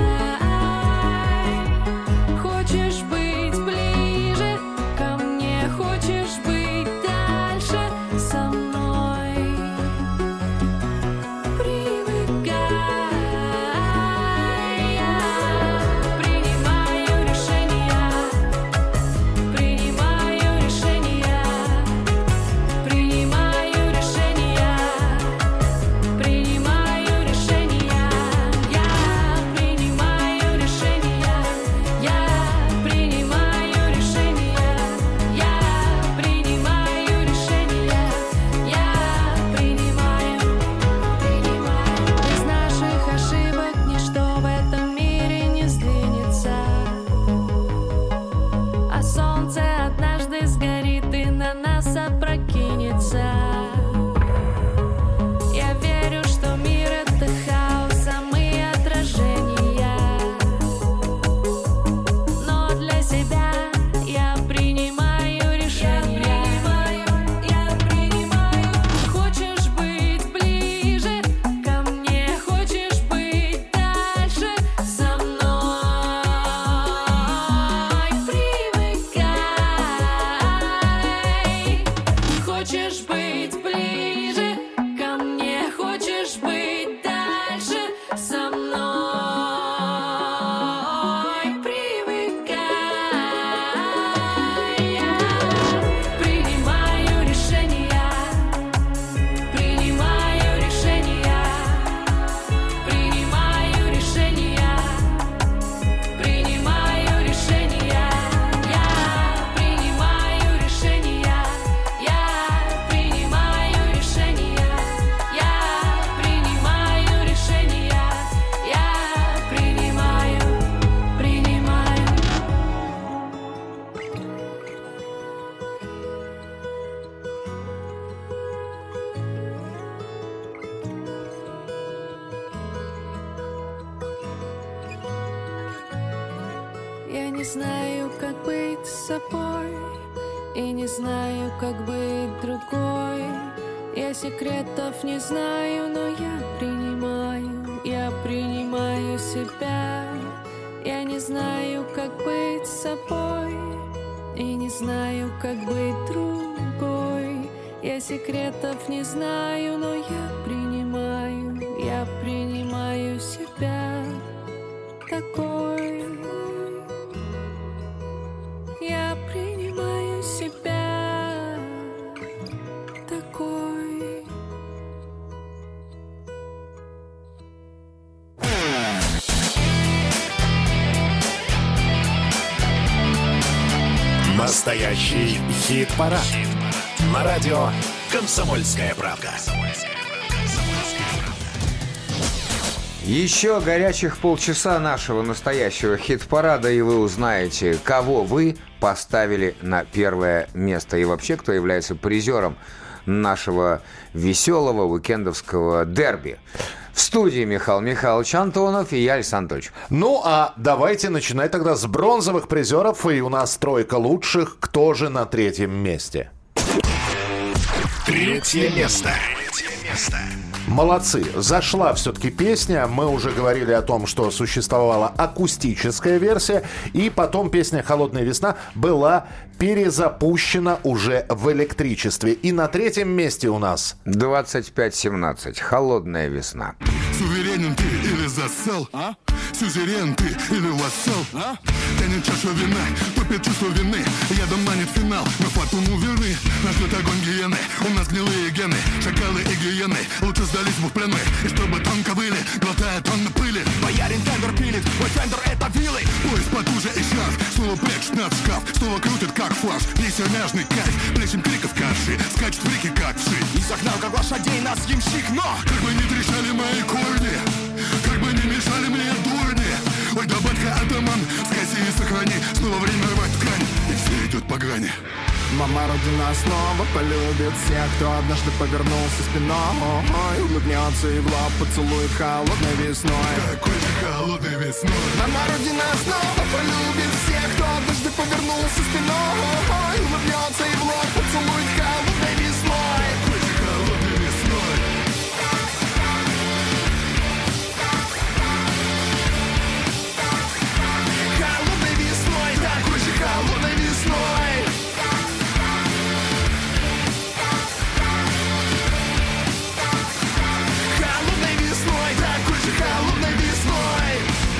Я не знаю, как быть с собой, и не знаю, как быть другой. Я секретов не знаю, но я принимаю, я принимаю себя. Я не знаю, как быть с собой, и не знаю, как быть другой. Я секретов не знаю, но я принимаю, я принимаю себя такой. Я принимаю себя такой. Настоящий хит-парад. На радио «Комсомольская правда». Еще горячих полчаса нашего настоящего хит-парада, и вы узнаете, кого вы поставили на первое место. И вообще, кто является призером нашего веселого уикендовского дерби. В студии Михаил Михайлович Антонов и я, Александр Анатольевич. Ну, а давайте начинать тогда с бронзовых призеров. И у нас тройка лучших. Кто же на третьем месте? Третье место. Третье место. Молодцы. Зашла все-таки песня. Мы уже говорили о том, что существовала акустическая версия. И потом песня «Холодная весна» была перезапущена уже в электричестве. И на третьем месте у нас... двадцать пять семнадцать. «Холодная весна». Суверенен ты или засал? А? Сюзерен ты или вассал? А? Тянет чашу вина, топит чувство вины. Ядом манит финал, но фатуму верны. Нас ждет огонь гиены, у нас гнилые гены. Шакалы и гиены, лучше сдались бы в плены. И чтобы тонко выли, глотая тонны пыли. Боярин тендер пилит, мой фендер это вилы. Поезд потуже и шарф, снова прячет нас в шкаф. Снова крутит как фарш, несет мяжный кайф. Плещем криков каши, скачет в реке как вши. И загнал как лошадей нас ямщик, но как бы не трещали мои корни, как бы не мешали мне дурни. Ой, да батька атаман, скоси и сохрани. Снова время рвать ткань, и все идет по грани. Мама Родина снова полюбит всех, кто однажды повернулся спиной. Улыбнется и в лоб поцелует холодной весной. Какой же холодной весной. Мама Родина снова полюбит всех, кто однажды повернулся спиной. Улыбнется и в лоб поцелует холодной весной. Какой же холодной весной. Холодной весной, такой же холодной весной. Холодной весной, такой же холодной весной.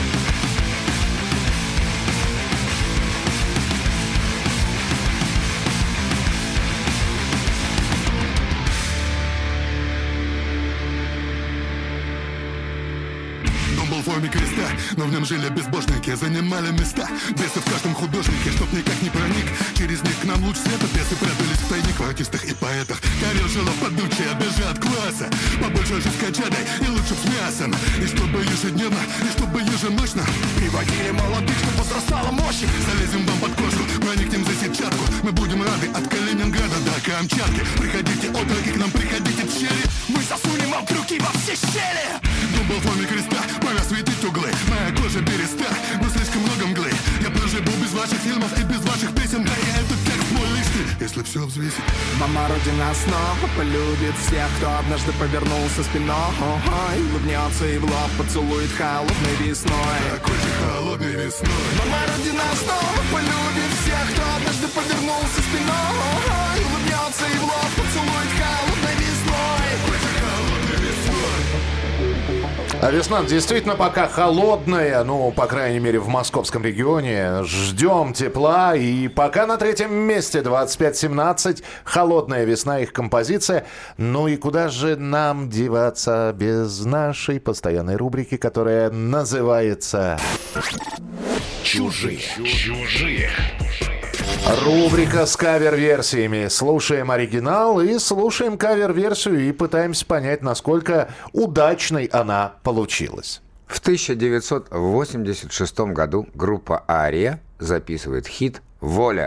Дом был в форме креста, но в нем жили безбожники, занимали места. Бесы в каждом художнике, чтоб никак не проник. Через них к нам луч света, бесы прятались в тайник в артистах и поэтах. Карел жила подучая, бежа от класса. Побольше же с качадой и лучше с мясом. И чтобы ежедневно, и чтобы еженочно приводили молодых, чтобы возрастала мощь. Залезем вам под кожу, проникнем за сетчатку. Мы будем рады от Калининграда до Камчатки. Приходите, отроки, к нам приходите в щели. Мы засунем вам крюки во все щели. Дом был в форме креста, пора светить углы. Моя кожа береста, но слишком много мглы. Я проживу без ваших фильмов и без ваших песен. Да и этот текст мой лишний, если все взвесить. Мама Родина снова полюбит всех, кто однажды повернулся спиной. Улыбнется и в лоб поцелует холодной весной. Такой же холодной весной. Мама Родина снова полюбит всех, кто однажды повернулся спиной. Улыбнется и в лоб поцелует холодной весной. Такой же холодной весной. А весна действительно пока холодная, ну, по крайней мере, в московском регионе. Ждем тепла. И пока на третьем месте двадцать пять семнадцать. «Холодная весна», их композиция. Ну и куда же нам деваться без нашей постоянной рубрики, которая называется «Чужие». Чужие. Рубрика с кавер-версиями. Слушаем оригинал и слушаем кавер-версию и пытаемся понять, насколько удачной она получилась. В тысяча девятьсот восемьдесят шестом году группа «Ария» записывает хит «Воля».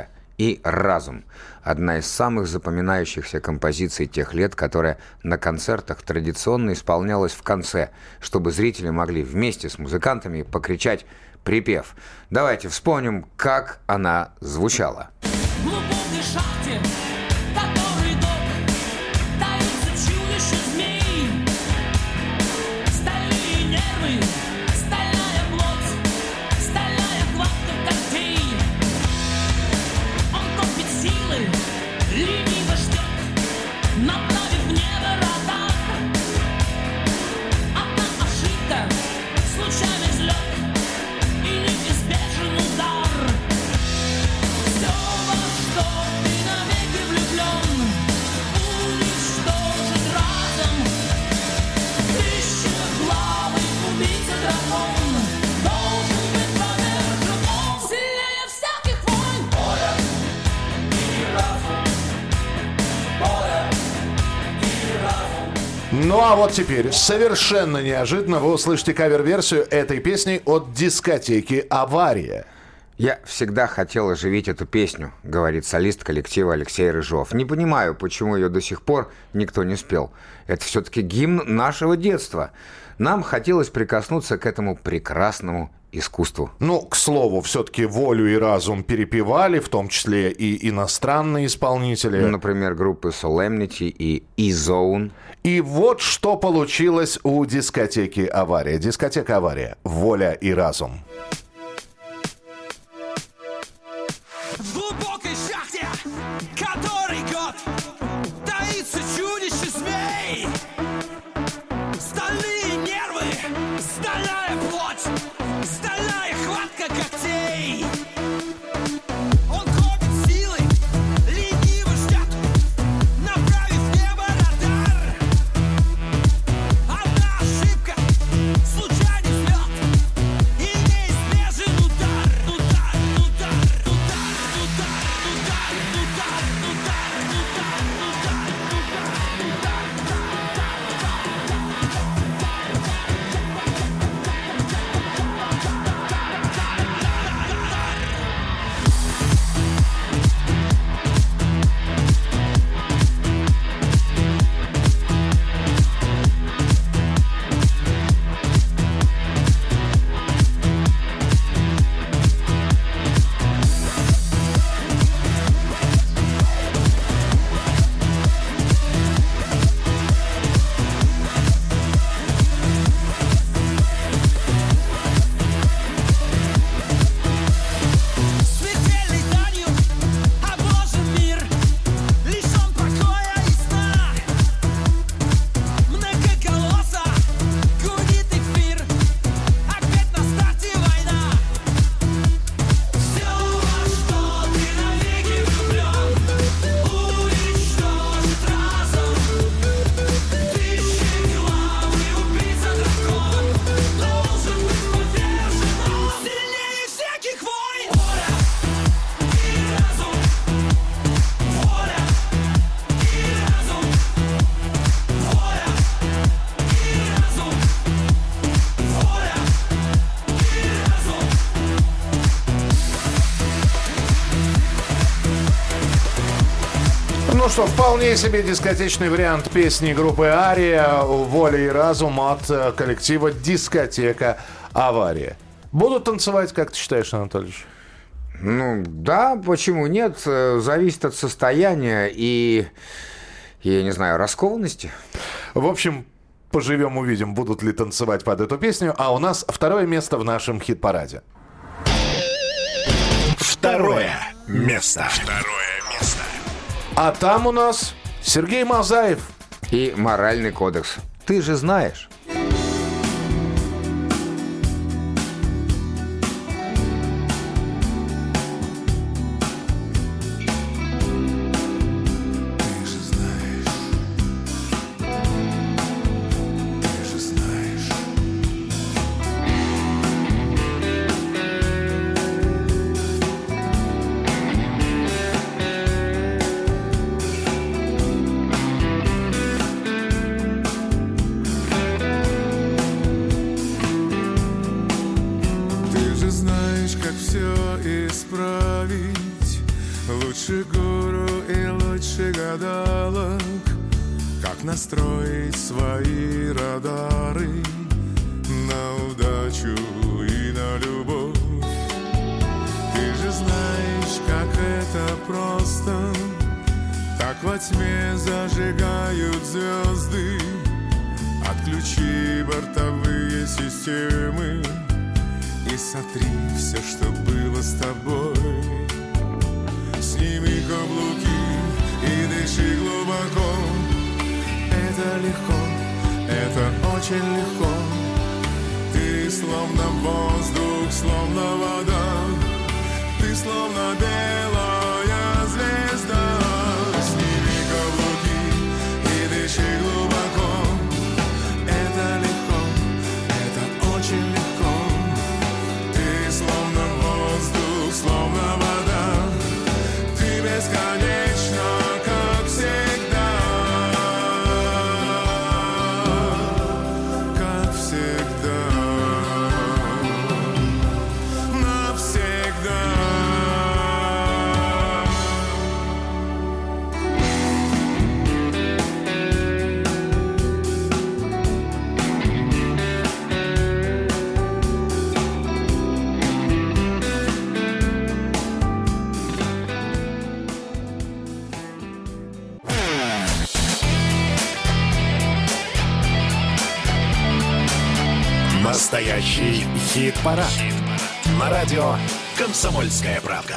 и «Разум». Одна из самых запоминающихся композиций тех лет, которая на концертах традиционно исполнялась в конце, чтобы зрители могли вместе с музыкантами покричать припев. Давайте вспомним, как она звучала. В глубокой шахте, который док, таится чудище змей. Стальные нервы, стальная плоть, стальная хватка когтей. Он копит силы, лениво ждет, направив в небо радар. Одна ошибка, случайный взлет и неизбежен удар. Все, во что ты навеки влюблен, уничтожит разом. Тысячеглавый убийца-дракон должен быть повержен. Он сильнее всяких войн. Воля и разум, воля и разум. Ну а вот теперь, совершенно неожиданно, вы услышите кавер-версию этой песни от дискотеки «Авария». «Я всегда хотел оживить эту песню», — говорит солист коллектива Алексей Рыжов. «Не понимаю, почему ее до сих пор никто не спел. Это все-таки гимн нашего детства. Нам хотелось прикоснуться к этому прекрасному искусству». Ну, к слову, все-таки «Волю и разум» перепевали, в том числе и иностранные исполнители. Например, группы Solemnity и E-Zone. И вот что получилось у дискотеки «Авария». Дискотека «Авария». «Воля и разум». В глубокой шахте, который год, таится чудище змей. Стальные нервы, стальная плоть, стальная хватка когтей. Он копит силы, лениво ждет, направив в небо радар. Одна ошибка, случайный взлет и неизбежен удар. Удар, удар, удар, удар, удар, удар, удар, смертельной данью обложен мир, лишен покоя и сна. Многоголосо гудит эфир, опять на старте война. Все, во что ты навеки влюблен, уничтожит разум. Тысячеглавый убийца-дракон должен быть повержен. Он сильнее всяких войн. Воля и разум, воля и разум, воля и разум, воля и разум. Ну что, вполне себе дискотечный вариант песни группы «Ария» «Воля и разум» от э, коллектива «Дискотека Авария». Будут танцевать, как ты считаешь, Анатольевич? Ну, да, почему нет? Э, Зависит от состояния и, я не знаю, раскованности. В общем, поживем, увидим, будут ли танцевать под эту песню. А у нас второе место в нашем хит-параде. Второе место. Второе место. А там у нас Сергей Мазаев. И моральный кодекс. Ты же знаешь. Ты же знаешь, как все исправить. Лучше гуру и лучше гадалок, как настроить свои радары на удачу и на любовь. Ты же знаешь, как это просто. Так во тьме зажигают звезды. Отключи бортовые системы и сотри все, что было с тобой. Сними каблуки и дыши глубоко. Это легко, это очень легко. Ты словно воздух, словно вода. Ты словно белая звезда. Сними каблуки и дыши глубоко. Это легко, это очень легко. Ты словно воздух, словно вода. Ты бесконечна, как всегда. Как всегда. Навсегда. Настоящий хит-парад. На радио «Комсомольская правда».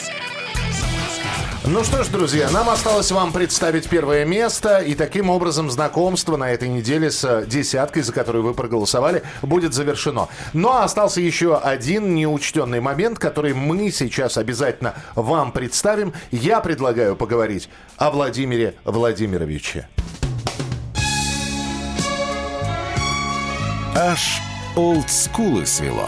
Ну что ж, друзья, нам осталось вам представить первое место. И таким образом знакомство на этой неделе с десяткой, за которую вы проголосовали, будет завершено. Но остался еще один неучтенный момент, который мы сейчас обязательно вам представим. Я предлагаю поговорить о Владимире Владимировиче. Аж олдскулы свело.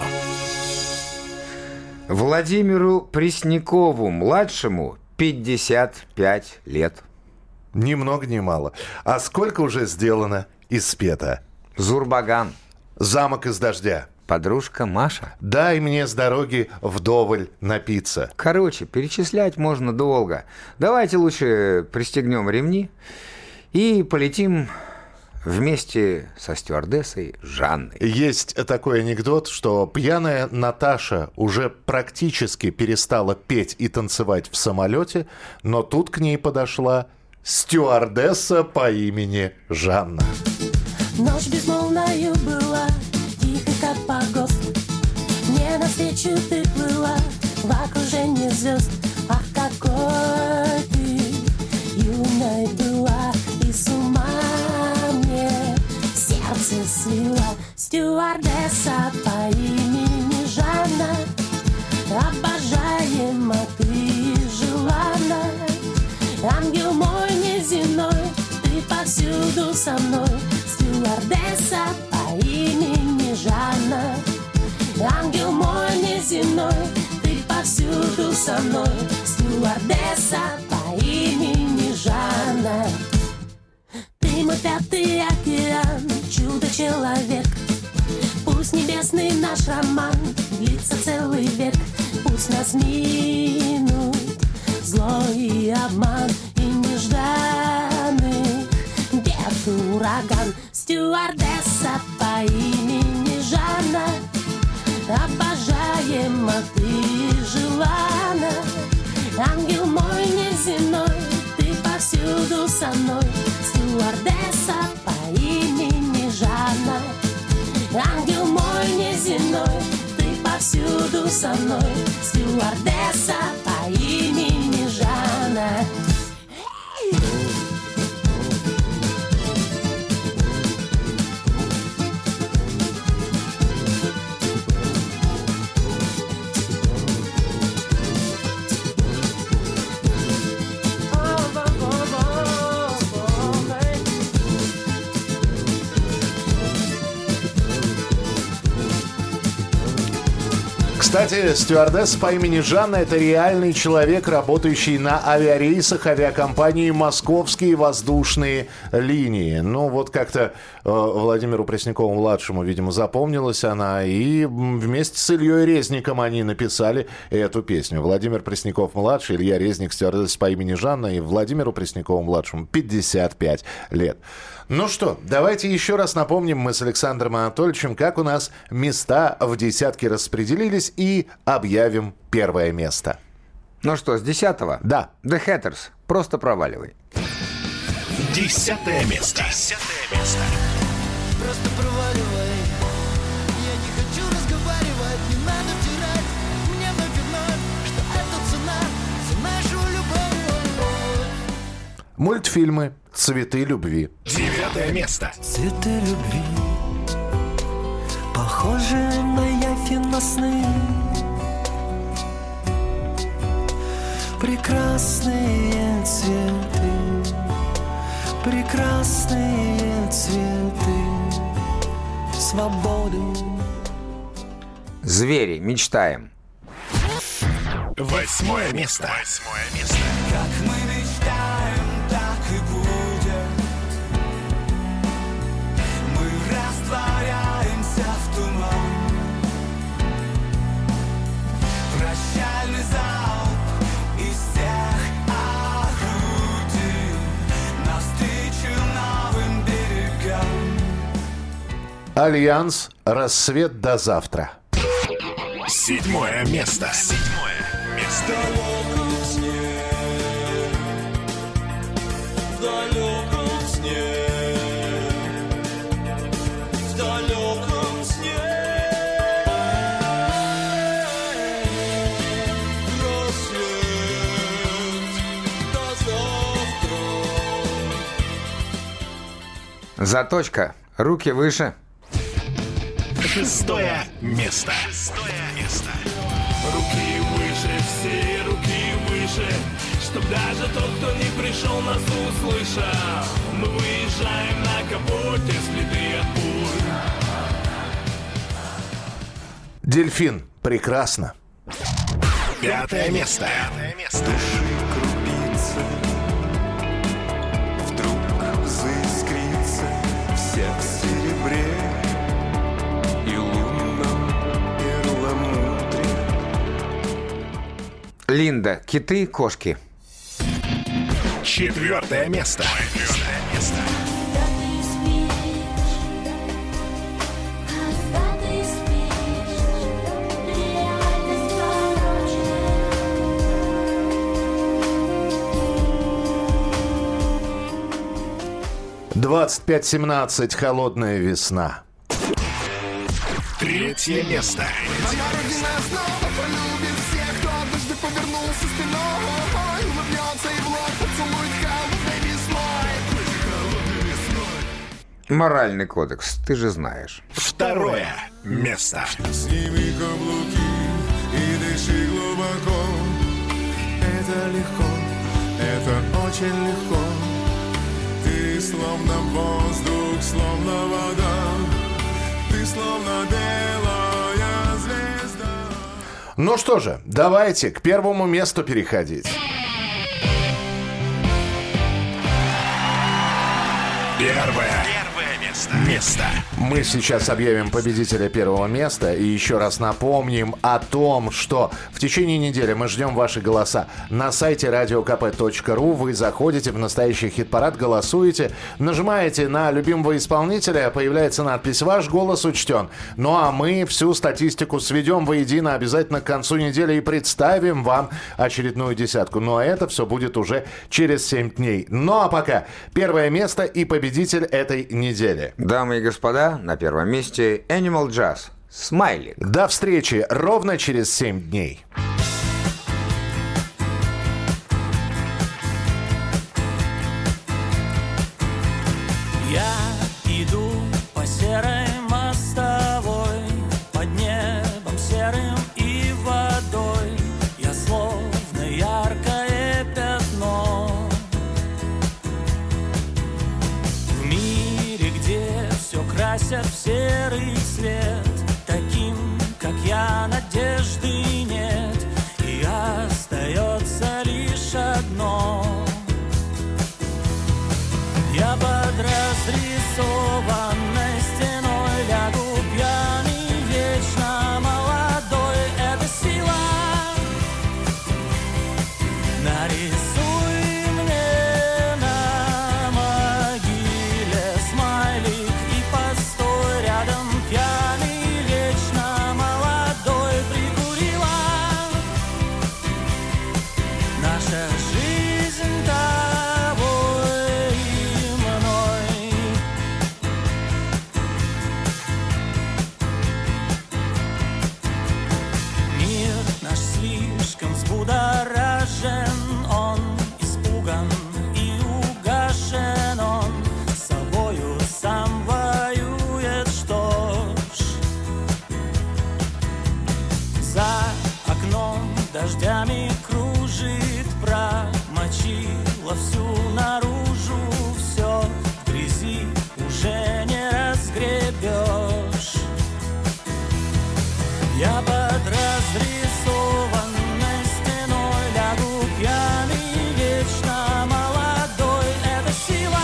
Владимиру Преснякову-младшему пятьдесят пять лет. Ни много ни мало. А сколько уже сделано и спето? Зурбаган. Замок из дождя. Подружка Маша. Дай мне с дороги вдоволь напиться. Короче, перечислять можно долго. Давайте лучше пристегнем ремни и полетим вместе со стюардессой Жанной. Есть такой анекдот, что пьяная Наташа уже практически перестала петь и танцевать в самолете, но тут к ней подошла стюардесса по имени Жанна. Ночь безмолвною была, тихо как погост. Мне навстречу ты плыла в окружении звезд. Ах, какой ты юной была, и с ума сердце свела. Стюардесса по имени Жанна, обожаема ты и желанна. Ангел мой неземной, ты повсюду со мной. Стюардесса по имени Жанна, ангел мой неземной, ты повсюду со мной. Стюардесса по имени Жанна. Ты мой пятый океан, чудо-человек. Пусть небесный наш роман длится целый век. Пусть нас минут зло и обман, и нежданный бед, ураган. Стюардесса по имени Жанна, обожаема ты и желанна. Ангел мой неземной, ты повсюду со мной. Стюардесса по имени Жанна, ангел мой неземной, ты повсюду со мной. Стюардесса по имени Жанна. К Кстати, стюардесса по имени Жанна – это реальный человек, работающий на авиарейсах авиакомпании «Московские воздушные линии». Ну, вот как-то э, Владимиру Преснякову-младшему, видимо, запомнилась она, и вместе с Ильей Резником они написали эту песню. Владимир Пресняков-младший, Илья Резник, стюардесса по имени Жанна, и Владимиру Преснякову-младшему пятьдесят пять лет. Ну что, давайте еще раз напомним мы с Александром Анатольевичем, как у нас места в десятке распределились, и объявим первое место. Ну что, с десятого? Да. The Hatters. Просто проваливай. Десятое место. Десятое место. Просто проваливай. Я не хочу разговаривать, не надо втирать мне вновь и вновь, что это цена за нашу любовь. Мультфильмы «Цветы любви». Девятое место. Цветы любви, похожие на явь и на сны. Прекрасные цветы, прекрасные цветы свободы. Звери, мечтаем. Восьмое место. Восьмое место. Как мы мечтаем, так и будет. Мы растворяемся в туман. Прощальный залп из всех орудий навстречу новым берегам. Альянс «Рассвет до завтра». Седьмое место. Седьмое место. В далеком сне, в далеком сне, рассвет до завтра. Заточка. Руки выше. Шестое место. Шестое место. Руки выше, все руки выше, чтоб даже тот, кто не пришел, нас услышал. Мы выезжаем на капоте, следы от пуль. Дельфин. Прекрасно. Пятое место. Пятое место. Вдруг заискрится вся в серебре и лунном перламутре. Линда. Киты, кошки. Четвертое место. Четвертое место. двадцать пять семнадцать. Холодная весна. Третье место. Моя родина снова полюбит всех, кто однажды повернулся спиной, улыбнется и в лоб поцелует холодной весной. Моральный кодекс. Ты же знаешь. Второе место. Сними каблуки и дыши глубоко. Это легко, это очень легко. Ты словно воздух, словно вода. Ты словно белая звезда. Ну что же, давайте к первому месту переходить. Первое. Первое место. Место. Мы сейчас объявим победителя первого места и еще раз напомним о том, что в течение недели мы ждем ваши голоса. На сайте радио ка пэ точка ру вы заходите в настоящий хит-парад, голосуете, нажимаете на любимого исполнителя, появляется надпись «Ваш голос учтен». Ну а мы всю статистику сведем воедино обязательно к концу недели и представим вам очередную десятку. Но это все будет уже через семь дней. Ну а пока первое место и победитель этой недели. Дамы и господа, на первом месте Animal Jazz. Смайлик. До встречи ровно через семь дней. Я иду по серой мостовой, под небом серым и водой. Я словно яркое пятно в мире, где все красят в серый цвет. Таким, как я, надежда окно дождями кружит, промочила всю наружу, все в грязи уже не разгребешь. Я под разрисованной стеной лягу пьяный, вечно молодой. Это сила.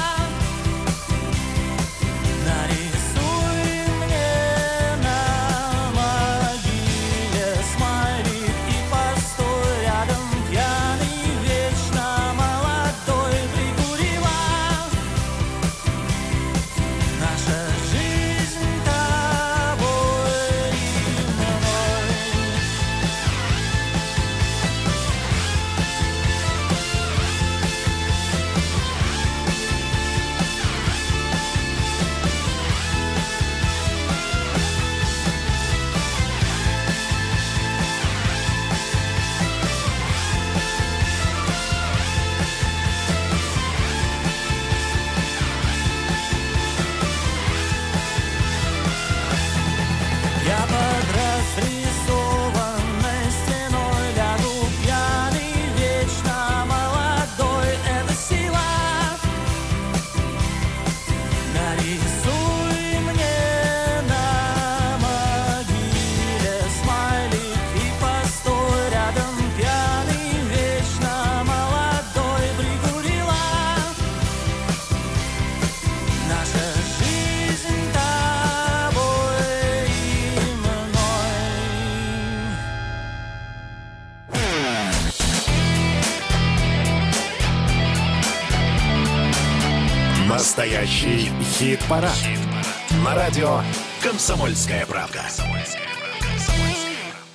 Нарисуй мне на могиле смайлик и постой рядом, пьяный, вечно молодой. Прикурила наша жизнь тобой и мной. Я под разрисованной стеной лягу пьяный, вечно молодой. Это сила. Нарисуй мне на могиле смайлик и постой рядом, пьяный, вечно молодой. Прикурила наша жизнь тобой и мной. Настоящий хит-парад. На радио «Комсомольская правда».